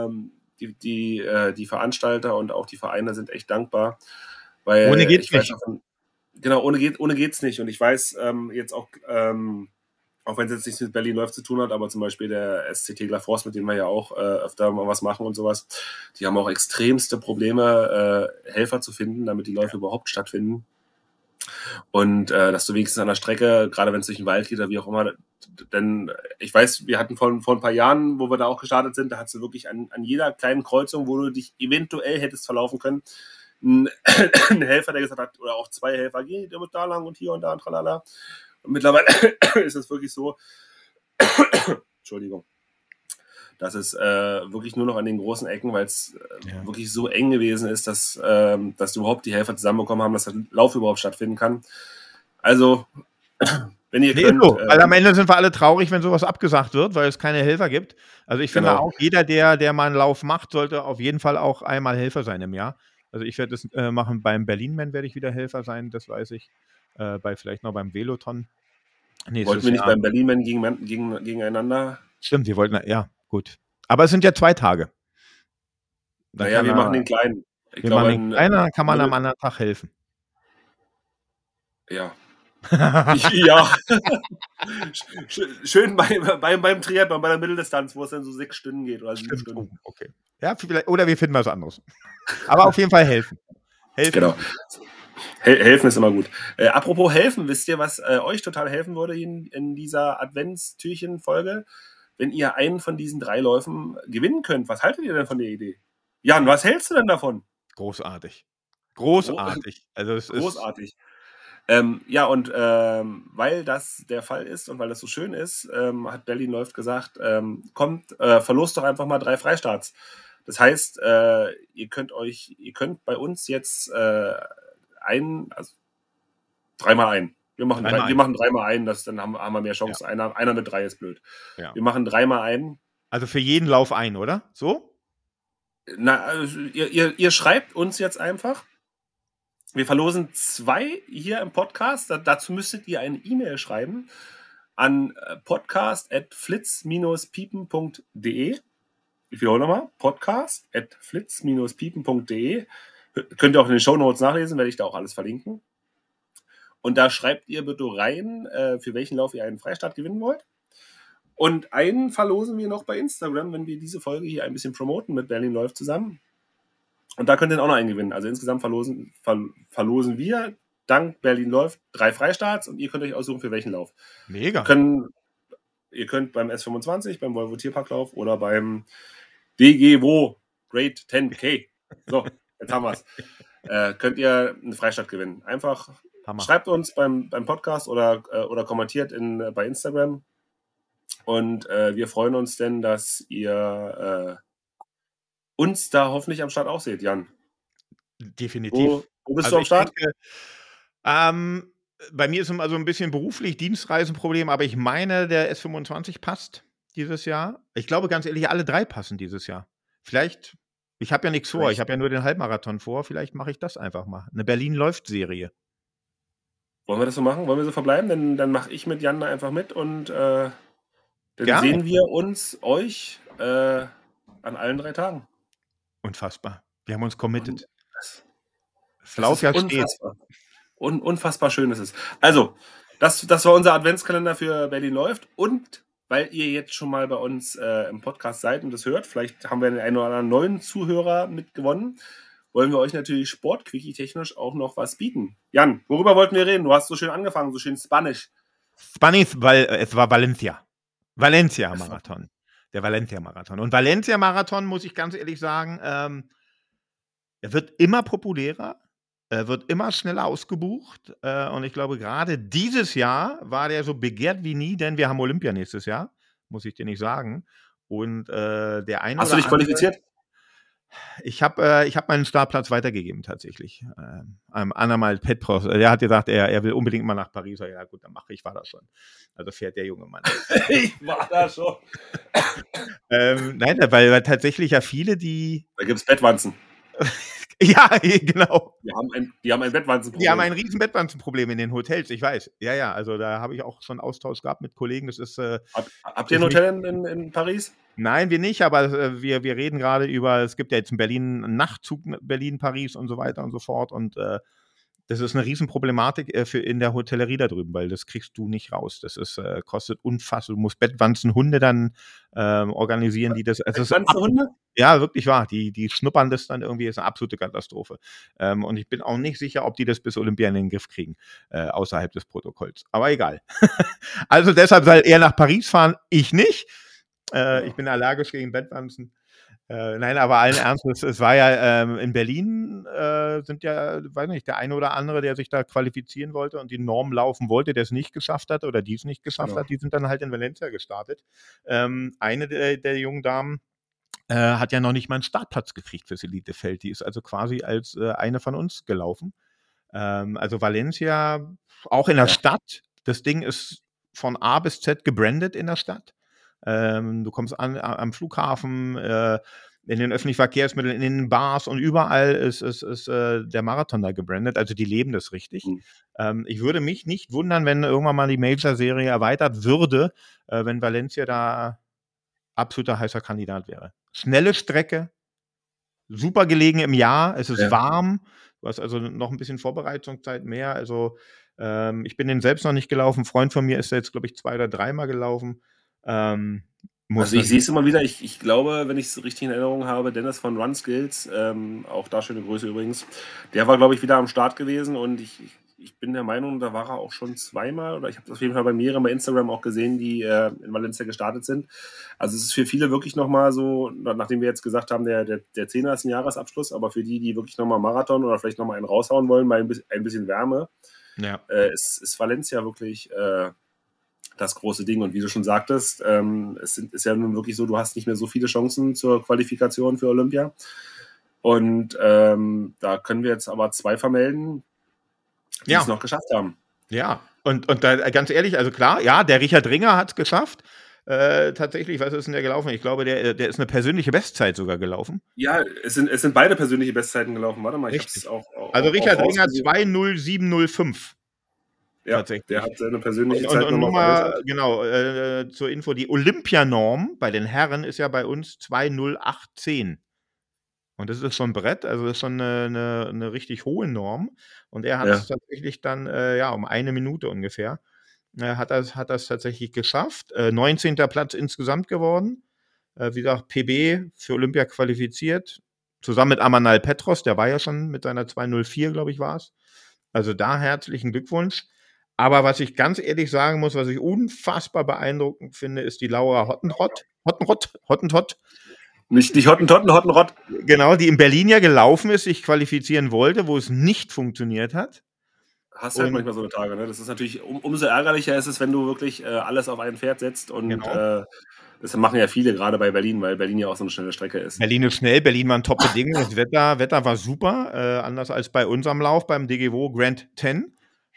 Die Veranstalter und auch die Vereine sind echt dankbar, weil ohne geht's nicht. Genau, ohne geht's nicht. Und ich weiß jetzt auch wenn es jetzt nichts mit Berlin läuft zu tun hat, aber zum Beispiel der SCT Lafrost, mit dem wir ja auch öfter mal was machen und sowas, die haben auch extremste Probleme, Helfer zu finden, damit die Läufe überhaupt stattfinden. Und dass du wenigstens an der Strecke, gerade wenn es durch den Wald geht oder wie auch immer, denn ich weiß, wir hatten vor ein paar Jahren, wo wir da auch gestartet sind, da hattest du wirklich an jeder kleinen Kreuzung, wo du dich eventuell hättest verlaufen können, einen Helfer, der gesagt hat, oder auch 2 Helfer, geht damit da lang und hier und da und tralala. Und mittlerweile ist es wirklich so, Entschuldigung, dass es wirklich nur noch an den großen Ecken, weil es wirklich so eng gewesen ist, dass überhaupt die Helfer zusammenbekommen haben, dass der Lauf überhaupt stattfinden kann. Also, wenn ihr könnt... weil am Ende sind wir alle traurig, wenn sowas abgesagt wird, weil es keine Helfer gibt. Also ich finde auch, jeder, der mal einen Lauf macht, sollte auf jeden Fall auch einmal Helfer sein im Jahr. Also ich werde das machen, beim Berlin-Man werde ich wieder Helfer sein, das weiß ich. Vielleicht noch beim Veloton. Wollten wir nicht beim Berlin-Man gegeneinander? Stimmt, wir wollten, ja, gut. Aber es sind ja 2 Tage. Naja, wir machen den kleinen. Dann kann man am anderen Tag helfen. Ja. Ja. Schön beim Triathlon, bei der Mitteldistanz, wo es dann so 6 Stunden geht oder 7 Stunden. Oh, okay. Ja, oder wir finden was anderes. Aber auf jeden Fall helfen. Genau. Helfen ist immer gut. Apropos helfen, wisst ihr, was euch total helfen würde in dieser Adventstürchen-Folge? Wenn ihr einen von diesen 3 Läufen gewinnen könnt, was haltet ihr denn von der Idee? Jan, was hältst du denn davon? Großartig. Also es großartig. Ja, und weil das der Fall ist und weil das so schön ist, hat Berlin läuft gesagt, kommt, verlost doch einfach mal 3 Freistarts. Das heißt, ihr könnt bei uns jetzt 3 mal ein. Wir machen dreimal einen, dann haben wir mehr Chancen. Ja. Einer mit 3 ist blöd. Ja. Wir machen 3-mal einen. Also für jeden Lauf ein, oder? So? Na, also ihr schreibt uns jetzt einfach. Wir verlosen 2 hier im Podcast. Dazu müsstet ihr eine E-Mail schreiben an podcast@flitz-piepen.de. Ich wiederhole nochmal, podcast@flitz-piepen.de. Könnt ihr auch in den Shownotes nachlesen, werde ich da auch alles verlinken. Und da schreibt ihr bitte rein, für welchen Lauf ihr einen Freistaat gewinnen wollt. Und einen verlosen wir noch bei Instagram, wenn wir diese Folge hier ein bisschen promoten mit Berlin läuft zusammen. Und da könnt ihr auch noch einen gewinnen. Also insgesamt verlosen wir dank Berlin läuft 3 Freistarts und ihr könnt euch aussuchen, für welchen Lauf. Mega. Ihr könnt beim S25, beim Volvo Tierparklauf oder beim DGWO Great 10K. So, jetzt haben wir es. Könnt ihr eine Freistadt gewinnen. Einfach Hammer. Schreibt uns beim Podcast oder kommentiert bei Instagram. Und wir freuen uns denn, dass ihr uns da hoffentlich am Start auch seht, Jan. Definitiv. Wo bist du am Start? Denke, bei mir ist immer so ein bisschen beruflich Dienstreisenproblem, aber ich meine, der S25 passt dieses Jahr. Ich glaube, ganz ehrlich, alle 3 passen dieses Jahr. Vielleicht, ich habe ja nichts vor, ich habe ja nur den Halbmarathon vor, vielleicht mache ich das einfach mal. Eine Berlin-Läuft-Serie. Wollen wir das so machen? Wollen wir so verbleiben? Dann mache ich mit Jan da einfach mit und dann sehen wir euch an allen 3 Tagen. Unfassbar. Wir haben uns committed. Das Laufjahr steht. Unfassbar schön ist es. Also, das war unser Adventskalender für Berlin läuft. Und weil ihr jetzt schon mal bei uns im Podcast seid und das hört, vielleicht haben wir den einen oder anderen neuen Zuhörer mitgewonnen, wollen wir euch natürlich sportquickie-technisch auch noch was bieten. Jan, worüber wollten wir reden? Du hast so schön angefangen, so schön Spanisch. Spanisch, weil es war Valencia. Valencia-Marathon. Der Valencia-Marathon. Und Valencia-Marathon, muss ich ganz ehrlich sagen, er wird immer populärer. Er wird immer schneller ausgebucht. Und ich glaube, gerade dieses Jahr war der so begehrt wie nie, denn wir haben Olympia nächstes Jahr, muss ich dir nicht sagen. Und der eine Hast du dich qualifiziert? Ich habe meinen Startplatz weitergegeben, tatsächlich. Anamal Petros, der hat gesagt, er will unbedingt mal nach Paris. Ja, gut, dann ich war da schon. Also fährt der junge Mann. Ich war da schon. Nein, weil tatsächlich ja viele, die. Da gibt es Bettwanzen. Ja, genau. Die haben ein Bettwanzenproblem. Die haben ein riesen Bettwanzenproblem in den Hotels, ich weiß. Ja, also da habe ich auch schon Austausch gehabt mit Kollegen. Das ist. Habt ihr ein Hotel in Paris? Nein, wir nicht, aber wir reden gerade über, es gibt ja jetzt einen Nachtzug Berlin-Paris und so weiter und so fort und das ist eine Riesenproblematik in der Hotellerie da drüben, weil das kriegst du nicht raus. Das ist, kostet unfassbar. Du musst Bettwanzenhunde dann organisieren, die das. Also Bettwanzenhunde? Ja, wirklich wahr. Die schnuppern das dann irgendwie, ist eine absolute Katastrophe. Und ich bin auch nicht sicher, ob die das bis Olympia in den Griff kriegen, außerhalb des Protokolls. Aber egal. Also deshalb soll er nach Paris fahren, ich nicht. Ich bin allergisch gegen Bettwanzen. Nein, aber allen Ernstes, es war ja in Berlin sind ja, weiß nicht, der eine oder andere, der sich da qualifizieren wollte und die Norm laufen wollte, der es nicht geschafft hat oder die es nicht geschafft hat, die sind dann halt in Valencia gestartet. Eine der jungen Damen hat ja noch nicht mal einen Startplatz gekriegt fürs Elitefeld. Die ist also quasi als eine von uns gelaufen. Also Valencia, auch in der Stadt, das Ding ist von A bis Z gebrandet in der Stadt. Du kommst an am Flughafen, in den öffentlichen Verkehrsmitteln, in den Bars und überall ist der Marathon da gebrandet. Also die leben das richtig. Ich würde mich nicht wundern, wenn irgendwann mal die Major-Serie erweitert würde, wenn Valencia da absoluter heißer Kandidat wäre. Schnelle Strecke, super gelegen im Jahr, es ist warm, du hast also noch ein bisschen Vorbereitungszeit mehr. Also ich bin den selbst noch nicht gelaufen, ein Freund von mir ist jetzt, glaube ich, 2 oder 3 Mal gelaufen. Also ich sehe es immer wieder, ich glaube, wenn ich es richtig in Erinnerung habe, Dennis von Run Skills, auch da schöne Grüße übrigens, der war, glaube ich, wieder am Start gewesen und ich bin der Meinung, da war er auch schon 2-mal oder ich habe es auf jeden Fall bei mehreren bei Instagram auch gesehen, die in Valencia gestartet sind. Also es ist für viele wirklich nochmal so, nachdem wir jetzt gesagt haben, der 10er ist ein Jahresabschluss, aber für die wirklich nochmal Marathon oder vielleicht nochmal einen raushauen wollen, mal ein bisschen Wärme, ist Valencia wirklich das große Ding. Und wie du schon sagtest, ist ja nun wirklich so, du hast nicht mehr so viele Chancen zur Qualifikation für Olympia. Und da können wir jetzt aber 2 vermelden, die es noch geschafft haben. Ja, und da ganz ehrlich, also klar, ja, der Richard Ringer hat es geschafft. Tatsächlich, was ist denn der gelaufen? Ich glaube, der ist eine persönliche Bestzeit sogar gelaufen. Ja, es sind beide persönliche Bestzeiten gelaufen. Warte mal, ich habe es auch also Richard Ringer rausgesucht. 2:07:05. Ja, tatsächlich. Der hat seine persönliche Und Zeit nochmal verbessert. Genau, zur Info, die Olympianorm bei den Herren ist ja bei uns 2:08:10. Und das ist schon ein Brett, also das ist schon eine richtig hohe Norm. Und er hat es tatsächlich dann, um 1 Minute ungefähr, hat das tatsächlich geschafft. 19. Platz insgesamt geworden. Wie gesagt, PB für Olympia qualifiziert. Zusammen mit Amanal Petros, der war ja schon mit seiner 2:04, glaube ich, war es. Also da herzlichen Glückwunsch. Aber was ich ganz ehrlich sagen muss, was ich unfassbar beeindruckend finde, ist die Laura Hottentott. Nicht Hottenrott. Genau, die in Berlin ja gelaufen ist, sich qualifizieren wollte, wo es nicht funktioniert hat. Hast halt manchmal so eine Tage, ne? Das ist natürlich, umso ärgerlicher ist es, wenn du wirklich alles auf ein Pferd setzt und das machen ja viele, gerade bei Berlin, weil Berlin ja auch so eine schnelle Strecke ist. Berlin ist schnell, Berlin waren Top-Bedingungen, das Wetter war super, anders als bei unserem Lauf beim DGWO Grand 10.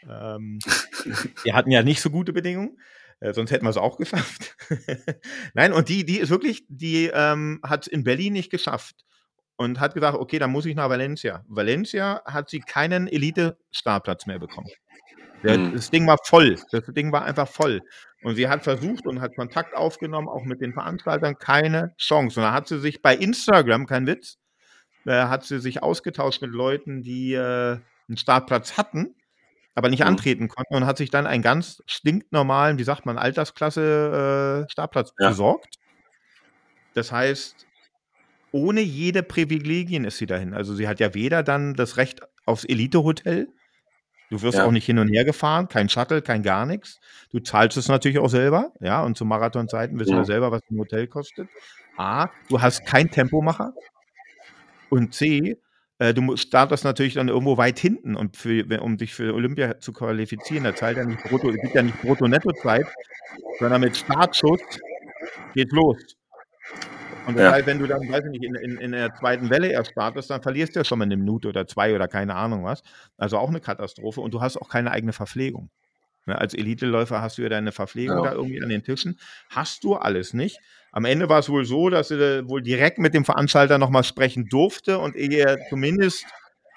Wir hatten ja nicht so gute Bedingungen, sonst hätten wir es auch geschafft. Nein, und die ist wirklich, die hat es in Berlin nicht geschafft und hat gesagt, okay, dann muss ich nach Valencia. Valencia hat sie keinen Elite-Startplatz mehr bekommen. Das Ding war voll. Das Ding war einfach voll. Und sie hat versucht und hat Kontakt aufgenommen, auch mit den Veranstaltern, keine Chance. Und da hat sie sich bei Instagram, kein Witz, hat sie sich ausgetauscht mit Leuten, die einen Startplatz hatten, aber nicht antreten konnten und hat sich dann einen ganz stinknormalen, wie sagt man, Altersklasse Startplatz besorgt. Das heißt, ohne jede Privilegien ist sie dahin. Also sie hat ja weder dann das Recht aufs Elite-Hotel, du wirst auch nicht hin und her gefahren, kein Shuttle, kein gar nichts. Du zahlst es natürlich auch selber, ja, und zu Marathonzeiten wissen wir selber, was ein Hotel kostet. A, du hast kein Tempomacher. Und C, du startest natürlich dann irgendwo weit hinten und um dich für Olympia zu qualifizieren, da zahlt ja nicht brutto, es gibt ja nicht Brutto-Netto-Zeit, sondern mit Startschuss geht's los. Und das heißt, wenn du dann, weiß ich nicht, in der zweiten Welle erst startest, dann verlierst du ja schon mal eine Minute oder 2 oder keine Ahnung was. Also auch eine Katastrophe und du hast auch keine eigene Verpflegung. Ne, als Eliteläufer hast du ja deine Verpflegung da irgendwie an den Tischen. Hast du alles nicht. Am Ende war es wohl so, dass sie wohl direkt mit dem Veranstalter nochmal sprechen durfte und er zumindest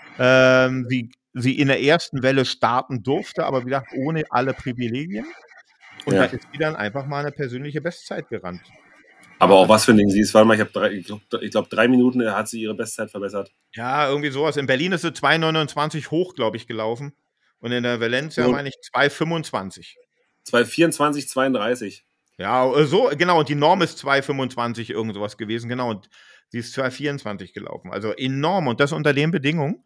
sie in der ersten Welle starten durfte, aber wie gesagt, ohne alle Privilegien. Und da ist sie dann einfach mal eine persönliche Bestzeit gerannt. Aber auch was für ein Ding sie ist. Warte mal, ich glaube 3 Minuten hat sie ihre Bestzeit verbessert. Ja, irgendwie sowas. In Berlin ist sie 2:29 hoch, glaube ich, gelaufen. Und in der Valencia meine ich 2:25. 2:24, 32. Ja, so, genau. Und die Norm ist 2:25 irgend sowas gewesen. Genau. Und sie ist 2:24 gelaufen. Also enorm. Und das unter den Bedingungen.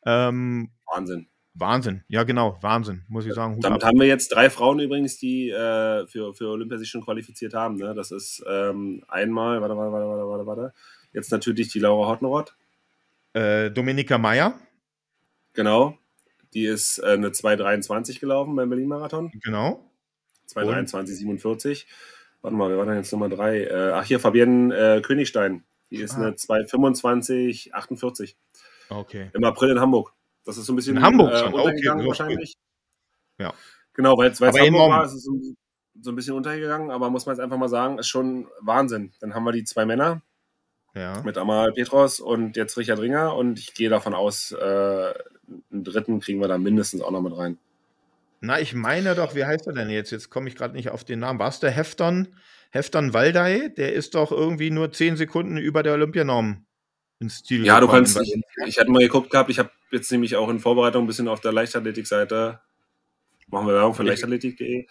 Wahnsinn. Ja, genau. Wahnsinn, muss ich sagen. Damit haben wir jetzt 3 Frauen übrigens, die für Olympia sich schon qualifiziert haben. Ne? Das ist einmal, warte. Jetzt natürlich die Laura Hottenrott. Dominika Meyer. Genau. Die ist eine 2:23 gelaufen beim Berlin-Marathon. Genau. 2:23,47. Warte mal, wir waren jetzt Nummer 3. Hier Fabienne Königstein. Die ist eine 2:25,48. Okay. Im April in Hamburg. Das ist so ein bisschen in Hamburg schon. untergegangen wahrscheinlich. Ja. Genau, weil es Hamburg war, ist es so ein bisschen untergegangen, aber muss man jetzt einfach mal sagen, ist schon Wahnsinn. Dann haben wir die 2 Männer mit Amal Petros und jetzt Richard Ringer und ich gehe davon aus, einen dritten kriegen wir da mindestens auch noch mit rein. Na, ich meine doch, wie heißt er denn jetzt? Jetzt komme ich gerade nicht auf den Namen. War es der Hefton Waldei? Der ist doch irgendwie nur 10 Sekunden über der Olympianorm ins Ziel gekommen. Ja, du kannst, ich hatte mal geguckt gehabt, ich habe jetzt nämlich auch in Vorbereitung ein bisschen auf der Leichtathletik-Seite, machen wir Werbung für leichtathletik.de,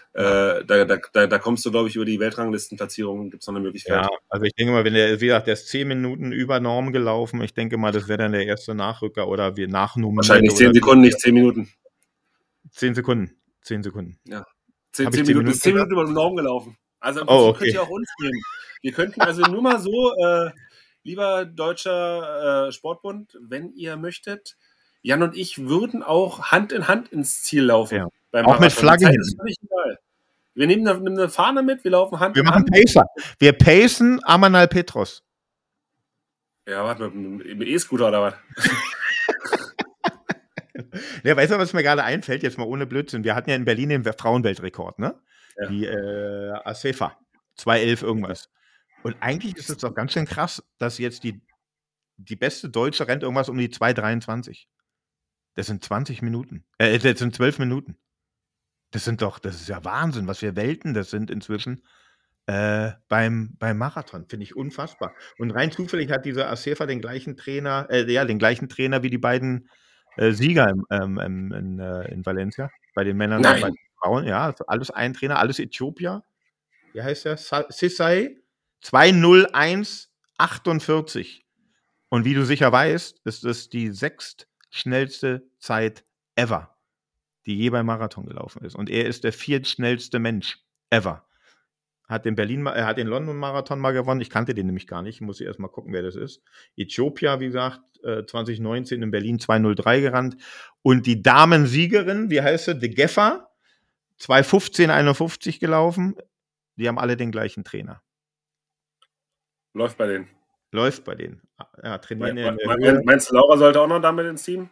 da kommst du, glaube ich, über die Weltranglistenplatzierung, gibt es noch eine Möglichkeit. Ja, also ich denke mal, wenn der, wie gesagt, der ist 10 Minuten über Norm gelaufen, ich denke mal, das wäre dann der erste Nachrücker oder wir nachnominieren. Wahrscheinlich 10 Sekunden, nicht 10 Minuten. 10 Sekunden. Ja. 10 Minuten ist 10 Minuten über Norm gelaufen. Also könnt ihr auch uns nehmen. Wir könnten also nur mal so, lieber Deutscher Sportbund, wenn ihr möchtet, Jan und ich würden auch Hand in Hand ins Ziel laufen. Ja. Auch mit Flagge hin. Ist völlig egal. Wir nehmen eine Fahne mit, wir laufen Hand in Hand. Wir machen Pacer. Wir pacen Amanal Petros. Ja, warte, mit dem E-Scooter oder was? Ja, weißt du, was mir gerade einfällt, jetzt mal ohne Blödsinn? Wir hatten ja in Berlin den Frauenweltrekord, ne? Ja. Die Assefa, 2:11 irgendwas. Und eigentlich ist es doch ganz schön krass, dass jetzt die beste Deutsche rennt irgendwas um die 2:23. Das sind 20 Minuten. Das sind 12 Minuten. Das ist ja Wahnsinn, was für Welten das sind inzwischen beim Marathon. Finde ich unfassbar. Und rein zufällig hat dieser Assefa den gleichen Trainer wie die beiden Sieger in Valencia. Bei den Männern und bei den Frauen. Ja, alles ein Trainer, alles Äthiopier. Wie heißt der? Sisai 2:01:48. Und wie du sicher weißt, ist das die 6. schnellste Zeit ever, die je beim Marathon gelaufen ist. Und er ist der 4. schnellste Mensch ever. Hat den London-Marathon mal gewonnen. Ich kannte den nämlich gar nicht. Muss ich erst mal gucken, wer das ist. Äthiopia, wie gesagt, 2019 in Berlin 2:03 gerannt. Und die Damensiegerin, wie heißt sie? De Geffer, 2:15:51 gelaufen. Die haben alle den gleichen Trainer. Läuft bei denen. Ja, trainieren Meinst du, Laura sollte auch noch damit ins Team?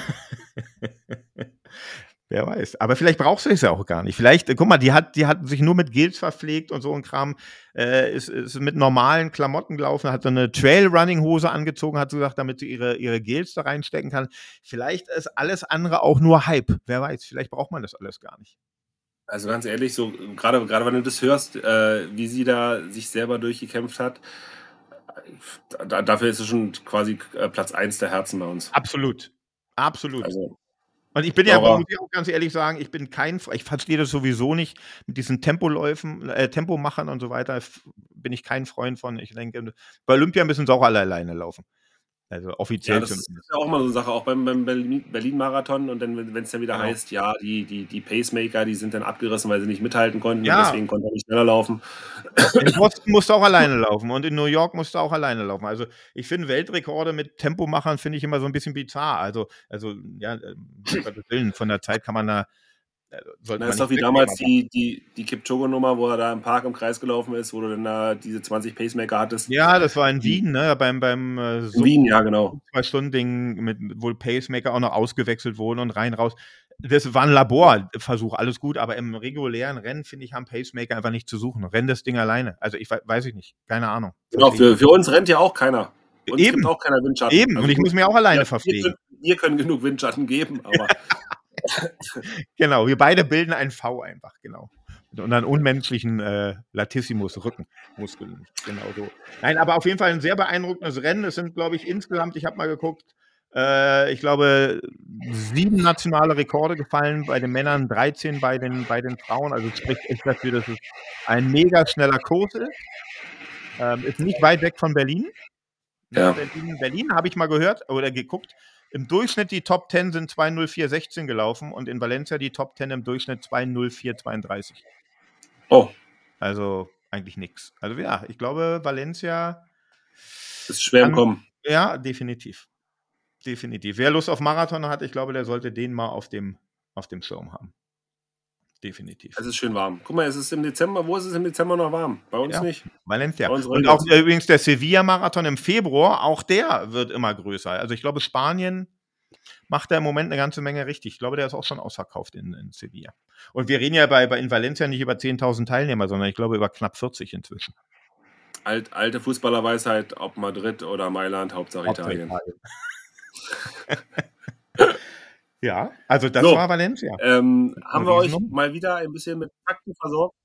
Wer weiß. Aber vielleicht brauchst du es ja auch gar nicht. Vielleicht, guck mal, die hat sich nur mit Gels verpflegt und so ein Kram, ist mit normalen Klamotten gelaufen, hat so eine Trail-Running-Hose angezogen, hat so gesagt, damit sie ihre Gels da reinstecken kann. Vielleicht ist alles andere auch nur Hype. Wer weiß, vielleicht braucht man das alles gar nicht. Also ganz ehrlich, so gerade wenn du das hörst, wie sie da sich selber durchgekämpft hat, dafür ist es schon quasi Platz 1 der Herzen bei uns. Absolut. Also, und ich bin ja, muss ich auch ganz ehrlich sagen, ich verstehe das sowieso nicht, mit diesen Tempoläufen, Tempomachern und so weiter, bin ich kein Freund von. Ich denke, bei Olympia müssen sie auch alle alleine laufen. Also offiziell. Ja, das ist ja auch mal so eine Sache, auch beim Berlin-Marathon. Und dann, wenn es dann wieder heißt, ja, die Pacemaker, die sind dann abgerissen, weil sie nicht mithalten konnten. Ja. Und deswegen konnte er nicht schneller laufen. In Boston musst du auch alleine laufen und in New York musst du auch alleine laufen. Also ich finde Weltrekorde mit Tempomachern finde ich immer so ein bisschen bizarr. Also ja, von der Zeit kann man da das ist doch wie damals die Kipchoge-Nummer, wo er da im Park im Kreis gelaufen ist, wo du dann da diese 20 Pacemaker hattest. Ja, das war in Wien, ne? Beim Wien, ja, genau. 2-Stunden-Ding, wo Pacemaker auch noch ausgewechselt wurden und rein, raus. Das war ein Laborversuch, alles gut, aber im regulären Rennen, finde ich, haben Pacemaker einfach nicht zu suchen. Renn das Ding alleine. Also ich weiß ich nicht. Keine Ahnung. Genau, für uns rennt ja auch keiner. Uns gibt auch keiner Windschatten. Eben, also und ich muss mir auch alleine verpflegen. Wir können genug Windschatten geben, aber genau, wir beide bilden ein V einfach, genau. Und einen unmenschlichen Latissimus-Rückenmuskeln. Genau so. Nein, aber auf jeden Fall ein sehr beeindruckendes Rennen. Es sind, glaube ich, insgesamt, ich habe mal geguckt, ich glaube, 7 nationale Rekorde gefallen bei den Männern, 13 bei den Frauen. Also spricht echt dafür, dass es ein mega schneller Kurs ist. Ist nicht weit weg von Berlin. Ja. Berlin habe ich mal gehört oder geguckt. Im Durchschnitt die Top 10 sind 2:04:16 gelaufen und in Valencia die Top 10 im Durchschnitt 2:04:32. Oh. Also eigentlich nichts. Also ja, ich glaube, Valencia ist schwer im Kommen. Ja, definitiv. Wer Lust auf Marathon hat, ich glaube, der sollte den mal auf dem Schirm haben. Definitiv. Es ist schön warm. Guck mal, es ist im Dezember. Wo ist es im Dezember noch warm? Bei uns nicht. Valencia. Und auch übrigens der Sevilla-Marathon im Februar, auch der wird immer größer. Also ich glaube, Spanien macht da im Moment eine ganze Menge richtig. Ich glaube, der ist auch schon ausverkauft in Sevilla. Und wir reden ja in Valencia nicht über 10.000 Teilnehmer, sondern ich glaube über knapp 40 inzwischen. Alte Fußballerweisheit, ob Madrid oder Mailand, Hauptsache Italien. Ja, also das war Valencia. Haben wir euch mal wieder ein bisschen mit Fakten versorgt?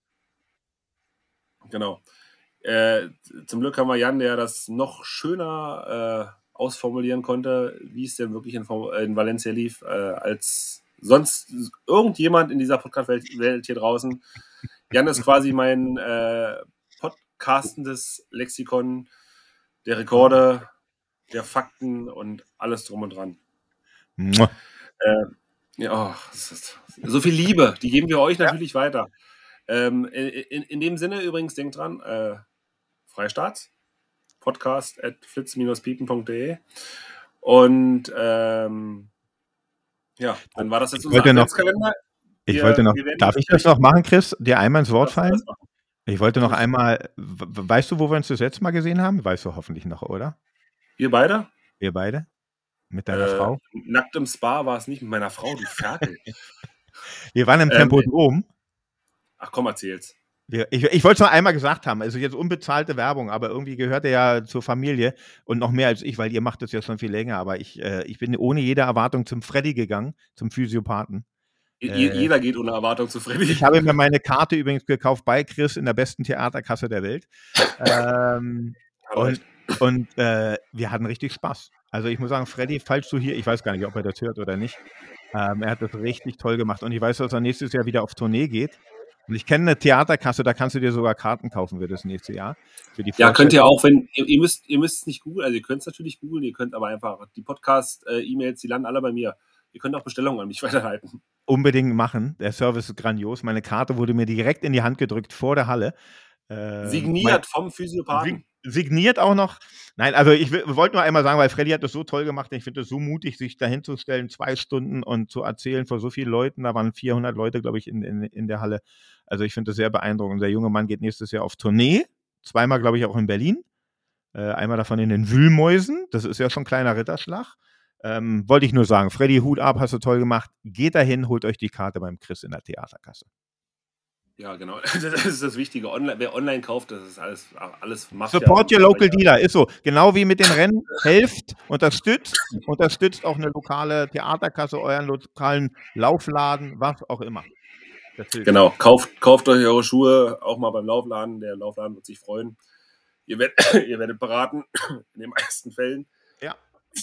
Genau. Zum Glück haben wir Jan, der das noch schöner ausformulieren konnte, wie es denn wirklich in Valencia lief, als sonst irgendjemand in dieser Podcast-Welt hier draußen. Jan ist quasi mein podcastendes Lexikon der Rekorde, der Fakten und alles drum und dran. So viel Liebe, die geben wir euch natürlich weiter. In dem Sinne übrigens, denkt dran, Freistaats, podcast@flitz-piepen.de und dann war das jetzt unser Adventskalender. Darf ich das noch machen, Chris? Dir einmal ins Wort fallen? Ich wollte noch einmal, weißt du, wo wir uns das letzte Mal gesehen haben? Weißt du hoffentlich noch, oder? Wir beide? Wir beide? Mit deiner Frau? Nackt im Spa war es nicht mit meiner Frau, du Ferkel. Wir waren im Tempodrom. Ach komm, erzähl's. Ich wollte es noch einmal gesagt haben, also jetzt unbezahlte Werbung, aber irgendwie gehört er ja zur Familie und noch mehr als ich, weil ihr macht das ja schon viel länger, aber ich bin ohne jede Erwartung zum Freddy gegangen, zum Physiopathen. Jeder geht ohne Erwartung zu Freddy. Ich habe mir meine Karte übrigens gekauft bei Chris in der besten Theaterkasse der Welt. Und wir hatten richtig Spaß. Also ich muss sagen, Freddy, falls du hier, ich weiß gar nicht, ob er das hört oder nicht, er hat das richtig toll gemacht und ich weiß, dass er nächstes Jahr wieder auf Tournee geht. Und ich kenne eine Theaterkasse, da kannst du dir sogar Karten kaufen für das nächste Jahr. Für die könnt ihr auch, wenn ihr müsst es nicht googeln, also ihr könnt es natürlich googeln, ihr könnt aber einfach die Podcast-E-Mails, die landen alle bei mir. Ihr könnt auch Bestellungen an mich weiterleiten. Unbedingt machen. Der Service ist grandios. Meine Karte wurde mir direkt in die Hand gedrückt vor der Halle. Signiert vom Physiopathen. Signiert auch noch. Nein, also ich wollte nur einmal sagen, weil Freddy hat das so toll gemacht. Ich finde es so mutig, sich dahin zu stellen, 2 Stunden und zu erzählen vor so vielen Leuten. Da waren 400 Leute, glaube ich, in der Halle. Also ich finde das sehr beeindruckend. Der junge Mann geht nächstes Jahr auf Tournee. 2-mal, glaube ich, auch in Berlin. Einmal davon in den Wühlmäusen. Das ist ja schon ein kleiner Ritterschlag. Wollte ich nur sagen. Freddy, Hut ab, hast du toll gemacht. Geht dahin, holt euch die Karte beim Chris in der Theaterkasse. Ja, genau. Das ist das Wichtige. Wer online kauft, das ist alles macht. Support your local dealer, ist so. Genau wie mit den Rennen. Helft, unterstützt auch eine lokale Theaterkasse, euren lokalen Laufladen, was auch immer. Genau, kauft euch eure Schuhe auch mal beim Laufladen. Der Laufladen wird sich freuen. Ihr werdet beraten, in den meisten Fällen. Ja.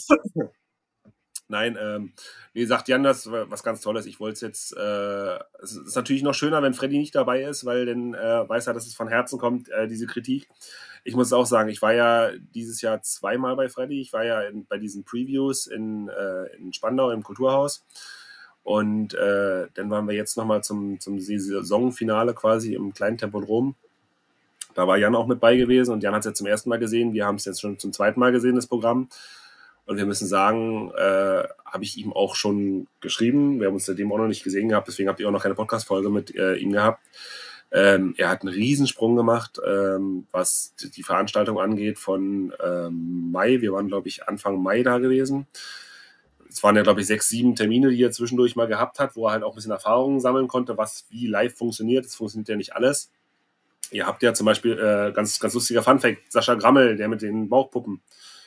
Nein, sagt Jan, das was ganz Tolles. Ich wollte es jetzt, es ist natürlich noch schöner, wenn Freddy nicht dabei ist, weil dann weiß er, dass es von Herzen kommt, diese Kritik. Ich muss auch sagen, ich war ja dieses Jahr 2-mal bei Freddy. Ich war ja bei diesen Previews in Spandau im Kulturhaus. Und dann waren wir jetzt nochmal zum Saisonfinale quasi im kleinen Tempodrom. Da war Jan auch mit bei gewesen und Jan hat es jetzt zum ersten Mal gesehen. Wir haben es jetzt schon zum 2. Mal gesehen, das Programm. Und wir müssen sagen, habe ich ihm auch schon geschrieben. Wir haben uns seitdem auch noch nicht gesehen gehabt, deswegen habt ihr auch noch keine Podcast-Folge mit ihm gehabt. Er hat einen Riesensprung gemacht, was die Veranstaltung angeht von Mai. Wir waren, glaube ich, Anfang Mai da gewesen. Es waren ja, glaube ich, 6, 7 Termine, die er zwischendurch mal gehabt hat, wo er halt auch ein bisschen Erfahrungen sammeln konnte, wie live funktioniert. Es funktioniert ja nicht alles. Ihr habt ja zum Beispiel, ganz, ganz lustiger Funfact, Sascha Grammel, der mit den Bauchpuppen.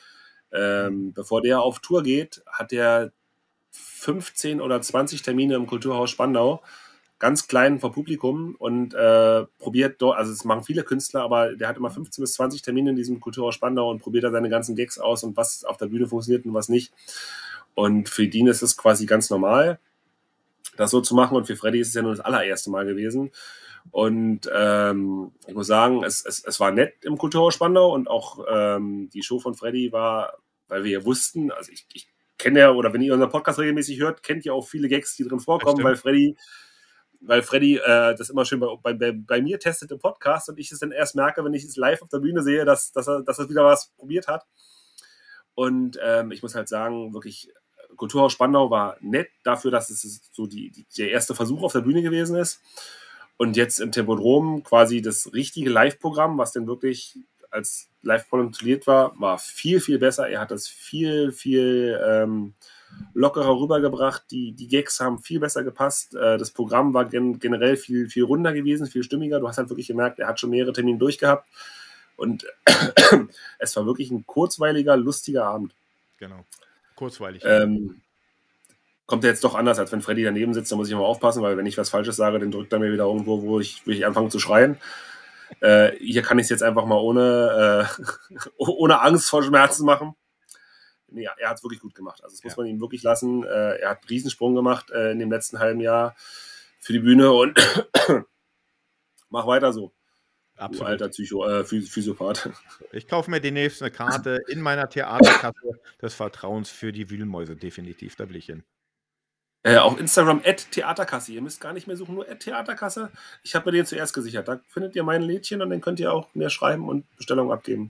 Bevor der auf Tour geht, hat er 15 oder 20 Termine im Kulturhaus Spandau, ganz klein vor Publikum und probiert dort, also es machen viele Künstler, aber der hat immer 15 bis 20 Termine in diesem Kulturhaus Spandau und probiert da seine ganzen Gags aus und was auf der Bühne funktioniert und was nicht. Und für ihn ist es quasi ganz normal, das so zu machen und für Freddy ist es ja nur das allererste Mal gewesen. Und ich muss sagen, es war nett im Kulturhaus Spandau und auch die Show von Freddy war, weil wir ja wussten, also ich kenne ja, oder wenn ihr unseren Podcast regelmäßig hört, kennt ihr auch viele Gags, die drin vorkommen, weil Freddy das immer schön bei mir testet im Podcast und ich es dann erst merke, wenn ich es live auf der Bühne sehe, dass er wieder was probiert hat. Und ich muss halt sagen, wirklich, Kulturhaus Spandau war nett dafür, dass es so der erste Versuch auf der Bühne gewesen ist. Und jetzt im Tempodrom quasi das richtige Live-Programm, was denn wirklich als Live-Programm tituliert war viel, viel besser. Er hat das viel, viel lockerer rübergebracht. Die Gags haben viel besser gepasst. Das Programm war generell viel, viel runder gewesen, viel stimmiger. Du hast halt wirklich gemerkt, er hat schon mehrere Termine durchgehabt. Und es war wirklich ein kurzweiliger, lustiger Abend. Genau, kurzweilig. Kommt er jetzt doch anders, als wenn Freddy daneben sitzt, da muss ich immer aufpassen, weil wenn ich was Falsches sage, dann drückt er mir wieder irgendwo, wo ich anfange zu schreien. Hier kann ich es jetzt einfach mal ohne Angst vor Schmerzen machen. Nee, er hat es wirklich gut gemacht. Also das muss man ihm wirklich lassen. Er hat einen Riesensprung gemacht in dem letzten halben Jahr für die Bühne und mach weiter so. Absolut. Du alter Physiopath. Ich kaufe mir demnächst eine Karte in meiner Theaterkasse des Vertrauens für die Wühlmäuse, definitiv, da will ich hin. Auf Instagram @Theaterkasse. Ihr müsst gar nicht mehr suchen, nur @Theaterkasse. Ich habe mir den zuerst gesichert. Da findet ihr mein Lädchen und dann könnt ihr auch mir schreiben und Bestellungen abgeben.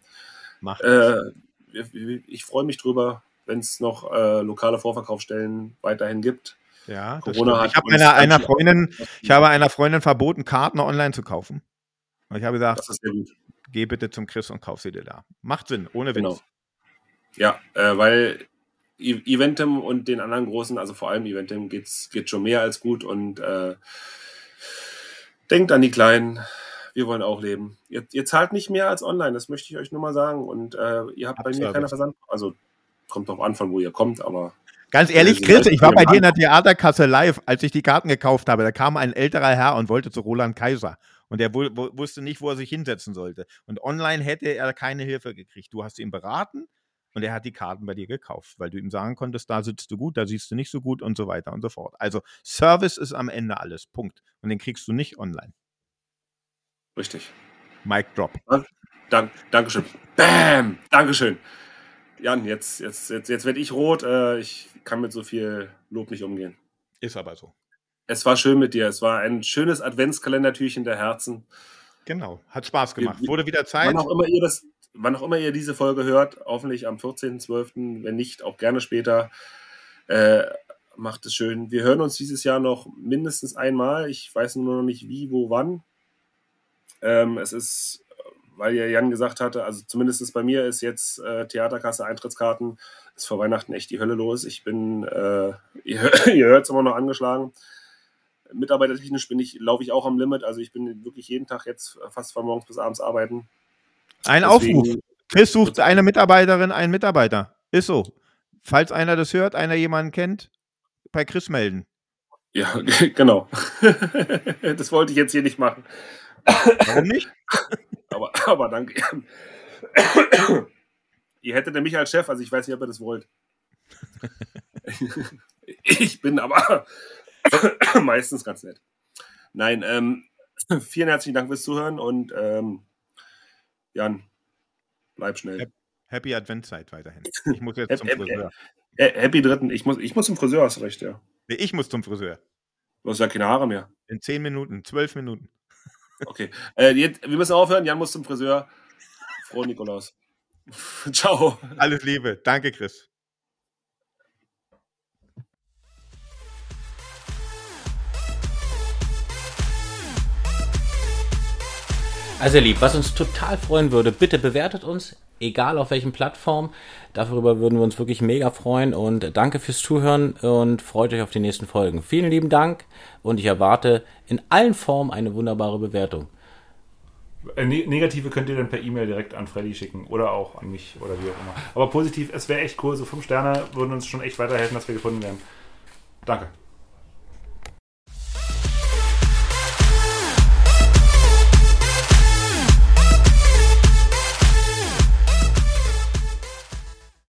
Ich freue mich drüber, wenn es noch lokale Vorverkaufsstellen weiterhin gibt. Ja, Corona ich habe einer Freundin verboten, Karten online zu kaufen. Und ich habe gesagt, geh bitte zum Chris und kauf sie dir da. Macht Sinn, ohne Witz. Genau. Ja, weil Eventim und den anderen großen, also vor allem Eventim, geht schon mehr als gut und denkt an die Kleinen. Wir wollen auch leben. Ihr zahlt nicht mehr als online, das möchte ich euch nur mal sagen. Und ihr habt bei mir keine Versand. Also kommt drauf an, von wo ihr kommt, aber. Ganz ehrlich, Chris, ich war bei dir in der Theaterkasse live, als ich die Karten gekauft habe. Da kam ein älterer Herr und wollte zu Roland Kaiser. Und der wusste nicht, wo er sich hinsetzen sollte. Und online hätte er keine Hilfe gekriegt. Du hast ihn beraten und er hat die Karten bei dir gekauft, weil du ihm sagen konntest, da sitzt du gut, da siehst du nicht so gut und so weiter und so fort. Also Service ist am Ende alles. Punkt. Und den kriegst du nicht online. Richtig. Mic drop. Dankeschön. Bam! Dankeschön. Jan, jetzt werde ich rot. Ich kann mit so viel Lob nicht umgehen. Ist aber so. Es war schön mit dir. Es war ein schönes Adventskalendertürchen der Herzen. Genau. Hat Spaß gemacht. Wurde wieder Zeit. Wann auch immer ihr diese Folge hört, hoffentlich am 14.12., wenn nicht, auch gerne später. Macht es schön. Wir hören uns dieses Jahr noch mindestens einmal. Ich weiß nur noch nicht wie, wo, wann. Es ist, weil ja Jan gesagt hatte, also zumindest bei mir ist jetzt Theaterkasse, Eintrittskarten, ist vor Weihnachten echt die Hölle los. Ich bin, ihr hört es immer noch angeschlagen. Mitarbeitertechnisch laufe ich auch am Limit, also ich bin wirklich jeden Tag jetzt fast von morgens bis abends arbeiten. Ein Aufruf. Chris sucht eine Mitarbeiterin, einen Mitarbeiter. Ist so. Falls einer das hört, jemanden kennt, bei Chris melden. Ja, genau. Das wollte ich jetzt hier nicht machen. Warum nicht? aber danke. Ihr hättet mich als Chef, also ich weiß nicht, ob ihr das wollt. Ich bin aber meistens ganz nett. Nein, vielen herzlichen Dank fürs Zuhören und Jan, bleib schnell. Happy Adventszeit weiterhin. Ich muss jetzt zum Friseur. Happy Dritten. Ich muss zum Friseur, hast recht, ja. Ich muss zum Friseur. Du hast ja keine Haare mehr. In 10 Minuten, 12 Minuten. Okay. Wir müssen aufhören. Jan muss zum Friseur. Frohe Nikolaus. Ciao. Alles Liebe. Danke, Chris. Also ihr Lieben, was uns total freuen würde, bitte bewertet uns, egal auf welchen Plattformen. Darüber würden wir uns wirklich mega freuen und danke fürs Zuhören und freut euch auf die nächsten Folgen. Vielen lieben Dank und ich erwarte in allen Formen eine wunderbare Bewertung. Negative könnt ihr dann per E-Mail direkt an Freddy schicken oder auch an mich oder wie auch immer. Aber positiv, es wäre echt cool, so 5 Sterne würden uns schon echt weiterhelfen, dass wir gefunden werden. Danke.